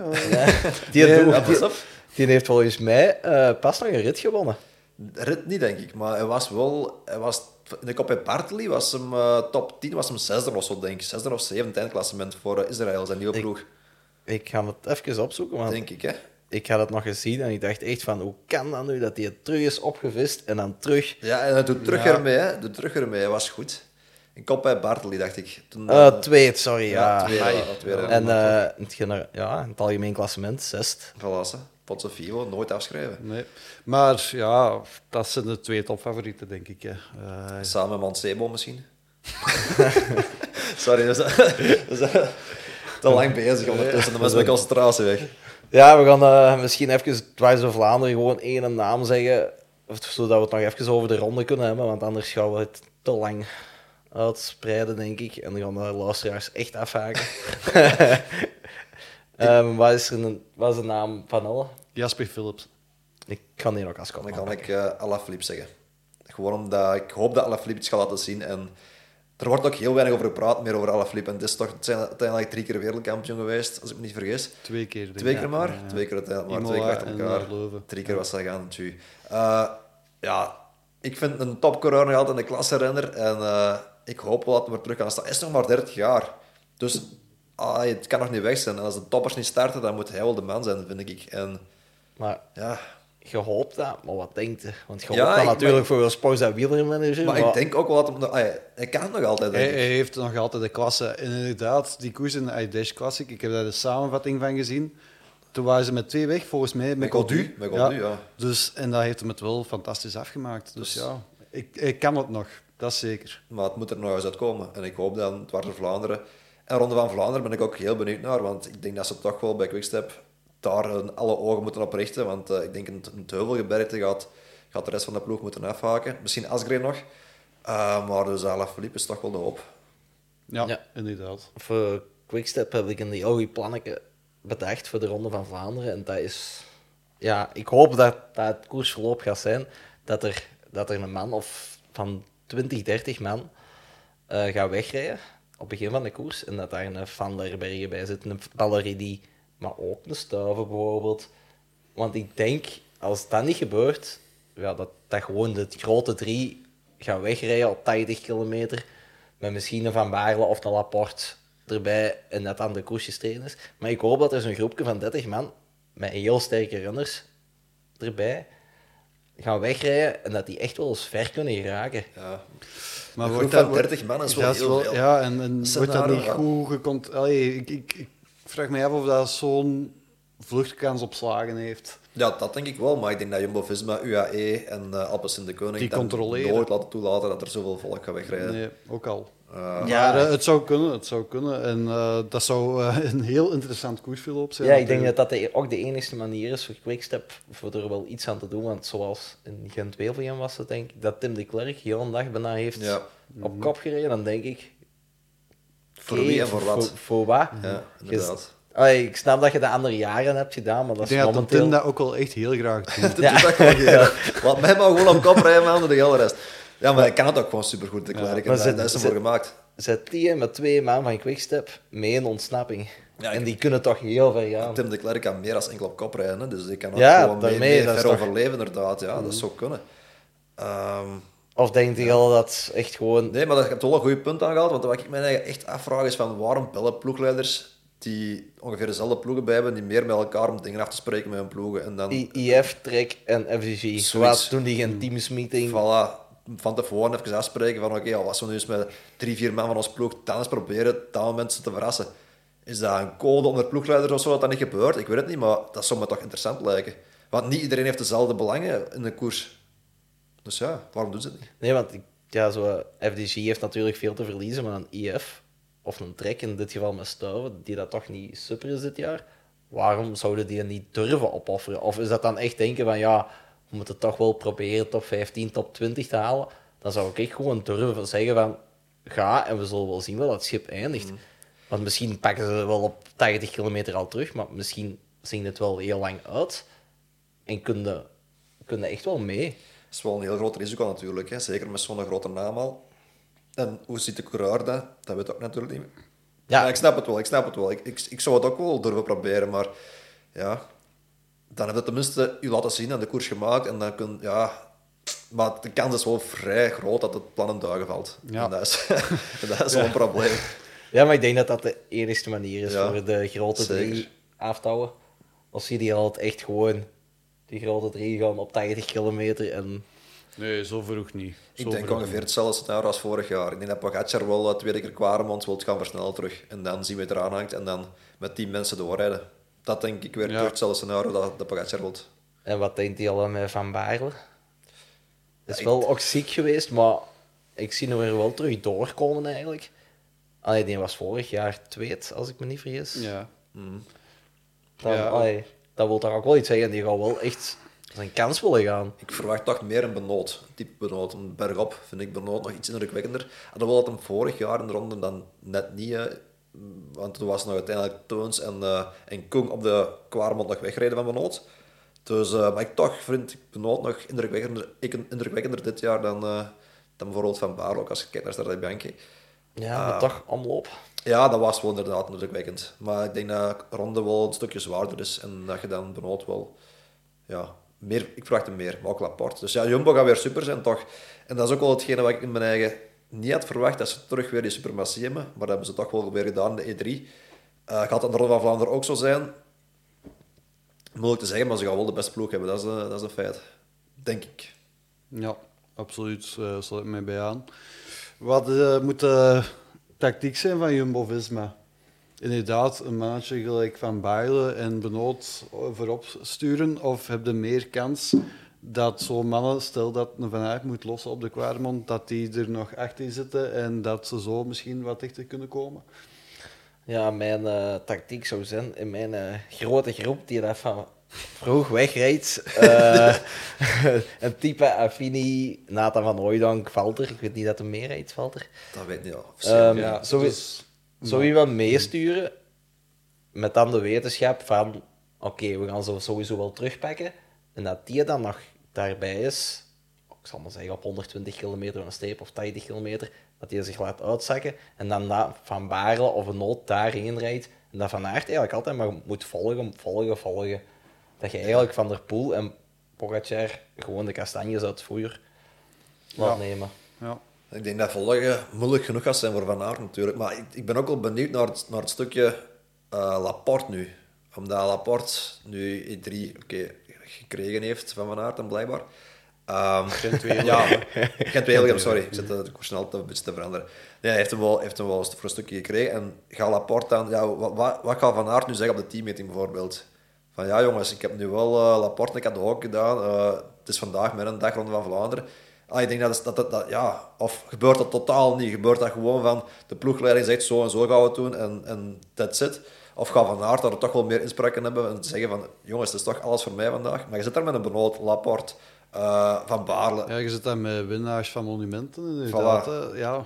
Die heeft volgens mij pas nog een rit gewonnen. Rit niet, denk ik. Maar hij was in de Copé Bartoli was hem top 10, was hem 6e of zo, denk ik. 6e of 7e eindklassement voor Israël, zijn nieuwe ploeg. Ik ga het even opzoeken, want Denk ik, hè. ik had het nog eens zien en ik dacht echt van, hoe kan dat nu dat hij terug is opgevist en dan terug... Ja, en hij doet terug ermee, hè. Doet terug ermee, hij was goed. Een kop bij Bartoli, dacht ik. Toen, Tweede, sorry. Ja. tweede. En in het algemeen klassement, zesde. Voilà, Potso Fivo, nooit afschrijven. Nee. Maar ja, dat zijn de 2 topfavorieten, denk ik. Hè. Samen met Mancebo misschien. Sorry, we zijn te lang bezig ondertussen. Dan is mijn concentratie weg. Ja, we gaan misschien even Twice of Vlaanderen gewoon één naam zeggen, zodat we het nog even over de ronde kunnen hebben, want anders gaan we het te lang uitspreiden, denk ik. En dan gaan de luisteraars echt afhaken. Wat is de naam van alle? Jasper Philips. Ik kan die nog als Dan kop kan ik Alaphilippe zeggen. Gewoon omdat ik hoop dat Alaphilippe iets gaat laten zien. En er wordt ook heel weinig over gepraat, meer over Alaphilippe. En het is toch uiteindelijk 3 keer wereldkampioen geweest, als ik me niet vergis. 2 keer. Denk ik. 2 keer maar? 2 keer uiteindelijk, maar 2 keer achter elkaar. 3 keer was dat gaan, tju. Ja, ik vind een topcoureur nog altijd een klasserenner. En ik hoop wel dat hij weer terug kan staan. Hij is nog maar 30 jaar. Dus het kan nog niet weg zijn. En als de toppers niet starten, dan moet hij wel de man zijn, vind ik. En Maar ja... je hoopt dat, maar wat denkt je? Want je Ja, hoopt dat ik- natuurlijk voor een sports- en wielermanager. Maar ik denk ook wel dat hij kan het nog altijd, denk Hij ik. heeft nog altijd de klasse. En inderdaad, die koers in de Dash Classic, ik heb daar de samenvatting van gezien. Toen waren ze met 2 weg, volgens mij, met Gaudu. Met Gaudu, ja. Dus, en dat heeft hem het wel fantastisch afgemaakt. Dus ja, ik kan het nog, dat is zeker. Maar het moet er nog eens uitkomen. En ik hoop dan Dwars door Vlaanderen. En Ronde van Vlaanderen ben ik ook heel benieuwd naar. Want ik denk dat ze toch wel bij Quickstep daar alle ogen moeten op richten. Want ik denk een Heuvelgebergte gaat de rest van de ploeg moeten afhaken. Misschien Asgreen nog. Maar dus Alaphilippe is toch wel de hoop. Ja, Ja. inderdaad. Voor Quickstep heb ik een heel goed plannetje bedacht voor de Ronde van Vlaanderen. En dat is... Ja, ik hoop dat het koersverloop gaat zijn. Dat er een man of van 20, 30 man gaat wegrijden op het begin van de koers. En dat daar een Van der Bergen bij zit, een Ballerini, maar ook een Stuiven bijvoorbeeld. Want ik denk, als dat niet gebeurt, ja, dat gewoon de grote 3 gaan wegrijden op 80 kilometer. Met misschien een Van Baarle of een Laporte erbij en dat dan de koersjes trainen is. Maar ik hoop dat er zo'n groepje van 30 man met heel sterke renners erbij gaan wegrijden en dat die echt wel eens ver kunnen geraken. Ja. Maar Een wordt groep van dat- 30 man is wel dat heel veel. Ja, en wordt dat niet ja. goed gecontroleerd? Ik vraag me af of dat zo'n vluchtkans op slagen heeft. Ja, dat denk ik wel. Maar ik denk dat Jumbo-Visma, UAE en Alpecin de Koning Die dan controleren. nooit laten toelaten dat er zoveel volk gaat wegrijden. Nee, ook al. Ja. Maar het zou kunnen. En dat zou een heel interessant koersverloop zijn. Ja, ik denk natuurlijk. dat dat ook de enige manier is voor Quickstep voor er wel iets aan te doen. Want zoals in Gent-Wevelgem was het, denk ik, dat Tim de Klerk heel een dag bijna heeft Ja. op kop gereden. Dan denk ik... Voor wie en voor wat? Voor wat? Ja, inderdaad. Ik snap dat je de andere jaren hebt gedaan, maar dat Ik is denk dat momenteel... Tim dat ook wel echt heel graag doet. Dat doet dat gewoon geen. Laat mij maar gewoon op kop rijden, man, de hele rest. Ja, maar hij kan het ook gewoon supergoed, de Klerk. maar En daar is hem voor gemaakt. Zet die met 2 man van Quickstep mee in ontsnapping. Ja, en die kunnen toch heel ver gaan. Tim de Klerk kan meer dan enkel op kop rijden, hè. Dus die kan ook Ja, gewoon daarmee, mee dat is ver toch- overleven, inderdaad. Ja, dat zou kunnen. Of denk je al dat echt gewoon... Nee, maar dat hebt wel een goed punt aangehaald. Want wat ik mij eigenlijk echt afvraag is van waarom bellen ploegleiders die ongeveer dezelfde ploegen bij hebben, die meer met elkaar om dingen af te spreken met hun ploegen. En dan, IF, Trek en FCG. Zoals toen die geen teamsmeeting... voilà, van tevoren even afspreken van oké, als we nu eens met 3-4 man van ons ploeg dan eens proberen dat moment ze te verrassen. Is dat een code onder ploegleiders of zo dat dat niet gebeurt? Ik weet het niet, maar dat zou me toch interessant lijken. Want niet iedereen heeft dezelfde belangen in de koers. Dus ja, waarom doen ze het niet? Nee, want zo, FDG heeft natuurlijk veel te verliezen, maar een IF of een Trek, in dit geval met Stuiven, die dat toch niet super is dit jaar, waarom zouden die niet durven opofferen? Of is dat dan echt denken van ja, we moeten toch wel proberen top 15, top 20 te halen? Dan zou ik echt gewoon durven zeggen van ga en we zullen wel zien waar dat schip eindigt. Want misschien pakken ze wel op 80 kilometer al terug, maar misschien zien het wel heel lang uit en kunnen echt wel mee. Dat is wel een heel groot risico natuurlijk, hè. Zeker met zo'n grote naam al. En hoe ziet de coureur dat? Dat weet ik ook natuurlijk niet. Ja. Ja, ik snap het wel. Ik zou het ook wel durven proberen, maar ja, dan heb je tenminste je laten zien en de koers gemaakt en dan kun ja, maar de kans is wel vrij groot dat het plan in duigen valt. Ja. En dat is wel een probleem. Ja, maar ik denk dat dat de enige manier is Ja, voor de grote zeker. 3 af te houden. Als je die altijd echt gewoon, die grote 3 gaan op 80 kilometer en Nee, zo vroeg niet. Ik denk ongeveer hetzelfde scenario als vorig jaar. Ik denk dat Pogacar wel de tweede keer Quaremont wil gaan versnellen terug. En dan zien we het eraan hangt en dan met 10 mensen doorrijden. Dat denk ik weer terug hetzelfde scenario dat de Pogacar wil. En wat denkt hij al met Van Baarle? Is wel ook ziek geweest, maar ik zie hem weer wel terug doorkomen eigenlijk. Allee, die was vorig jaar tweede, als ik me niet vergis. Ja. Dan, dat wil toch ook wel iets zeggen. Die gaat wel echt zijn kans willen gaan. Ik verwacht toch meer een Benoot, een type Benoot. Een bergop vind ik Benoot nog iets indrukwekkender. Alhoewel dat hem vorig jaar in de ronde dan net niet... want toen was nog uiteindelijk Teuns en Koen op de Quaremont nog weggereden van Benoot. Dus, maar ik toch vind Benoot nog indrukwekkender dit jaar dan bijvoorbeeld Van Baarle, ook als je kijkt naar Strade Bianchi. Ja, maar toch omloop. Ja, dat was wel inderdaad indrukwekkend. Maar ik denk dat Ronde wel een stukje zwaarder is en dat je dan Benoot wel... Ja, meer, ik verwacht hem meer, maar ook Laporte. Dus ja, Jumbo gaat weer super zijn, toch. En dat is ook wel hetgene wat ik in mijn eigen niet had verwacht, dat ze terug weer die suprematie hebben. Maar dat hebben ze toch wel weer gedaan in de E3. Gaat het de Ronde van Vlaanderen ook zo zijn? Moeilijk te zeggen, maar ze gaan wel de beste ploeg hebben. Dat is een feit. Denk ik. Ja, absoluut. Sluit ik mij bij aan. Wat moet de tactiek zijn van Jumbo-Visma? Inderdaad, een mannetje gelijk Van Baarle en Benoot voorop sturen? Of heb je meer kans dat zo'n mannen, stel dat een Van Aert moet lossen op de Quaremont, dat die er nog achter zitten en dat ze zo misschien wat dichter kunnen komen? Ja, mijn tactiek zou zijn, in mijn grote groep die dat van vroeg wegrijdt, een type Affini, Nathan van Hooijdonk, Valter. Ik weet niet dat er meer rijdt, Valter. Dat weet ik niet. Ja, Zou je wel meesturen met dan de wetenschap van oké, we gaan ze sowieso wel terugpakken en dat die dan nog daarbij is, ik zal maar zeggen op 120 kilometer een steep of 80 kilometer, dat hij zich laat uitzakken en dan Van Baarle of een Noot daarheen rijdt en dat Van Aert eigenlijk altijd maar moet volgen. Dat je eigenlijk Van der Poel en Pogacar gewoon de kastanjes uit het vuur laat nemen. Ja. Ik denk dat volgen moeilijk genoeg gaat zijn voor Van Aert natuurlijk. Maar ik ben ook wel benieuwd naar het stukje Laporte nu. Omdat Laporte nu E3 gekregen heeft van Van Aert en blijkbaar. Gent-Wevelgem, sorry. Ik zit de koers snel een beetje te veranderen. Nee, hij heeft hem wel voor een stukje gekregen. En gaat Laporte dan... Ja, wat gaat Van Aert nu zeggen op de teammeeting bijvoorbeeld? Van ja jongens, ik heb nu wel Laporte en cadeau gedaan. Het is vandaag mijn dag Ronde van Vlaanderen. Ik denk dat ja, of gebeurt dat totaal niet? Gebeurt dat gewoon van de ploegleiding zegt zo en zo gaan we het doen en that's it? Of gaat Van Aert daar toch wel meer inspraak in hebben en zeggen van jongens, het is toch alles voor mij vandaag? Maar je zit daar met een Benoot, Laporte, Van Baarle. Ja, je zit daar met winnaars van monumenten inderdaad. Voilà. Ja.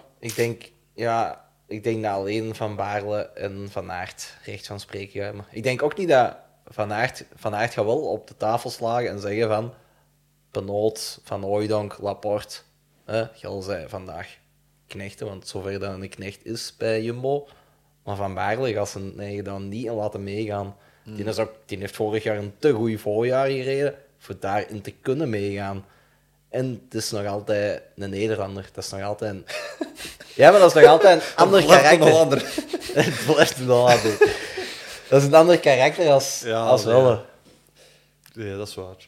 Ik denk dat alleen Van Baarle en Van Aert recht van spreken hebben. Ik denk ook niet dat Van Aert gaat wel op de tafel slagen en zeggen van Benoot, Van Hooijdonk, Laporte, Gel zei vandaag knechten, want zover dat een knecht is bij Jumbo. Maar Van Baarle gaat zijn eigen dan niet in laten meegaan. Die heeft vorig jaar een te goed voorjaar gereden voor daarin te kunnen meegaan. En het is nog altijd een Nederlander. Dat is nog altijd een... Ja, maar dat is nog altijd een ander karakter. Het blijft een Hollander. Dat is een ander karakter als Welle. Ja, dat is waar.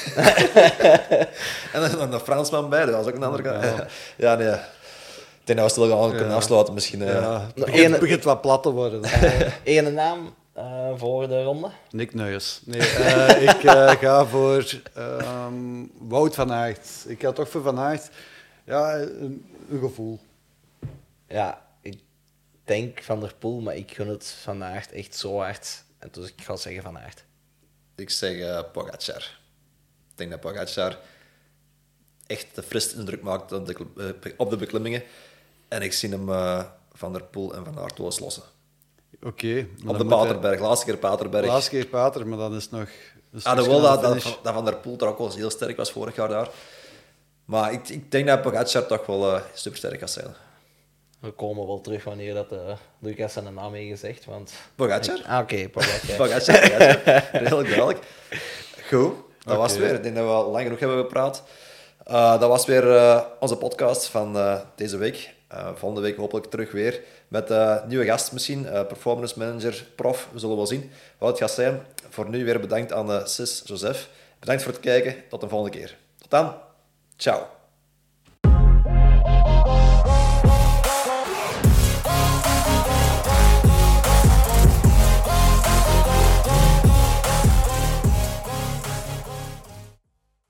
En dan een Fransman bij, dat was ook een andere kant. Ja, nee. Ik denk dat we stil gaan kunnen afsluiten misschien. Het begint wat plat te worden. Ene naam voor de ronde? Nick Nuyes. Nee, ik ga voor Wout van Aert. Ik ga toch voor Van Aert. Ja, een gevoel. Ja, ik denk Van der Poel, maar ik gun het Van Aert echt zo hard. En dus ik ga zeggen Van Aert. Ik zeg Pogacar. Ik denk dat Pogacar echt de friste indruk maakt op de beklimmingen. En ik zie hem Van der Poel en Van Aert wel eens lossen. Oké. Op de Paterberg, laatste keer Paterberg. Laatste keer Pater, maar dan is het nog... Alhoewel dat Van der Poel er ook wel eens heel sterk was vorig jaar daar. Maar ik denk dat Pogacar toch wel supersterk gaat zijn. We komen wel terug wanneer dat Lucas zijn naam heeft gezegd, want... Pogacar? Oké, Pogacar. Pogacar. Redelijk duidelijk. Goed, dat was het weer. Ik denk dat we lang genoeg hebben gepraat. Dat was weer onze podcast van deze week. Volgende week hopelijk terug weer met nieuwe gast misschien. Performance manager, prof, we zullen wel zien wat het gaat zijn. Voor nu weer bedankt aan Sis Joseph. Bedankt voor het kijken. Tot de volgende keer. Tot dan. Ciao.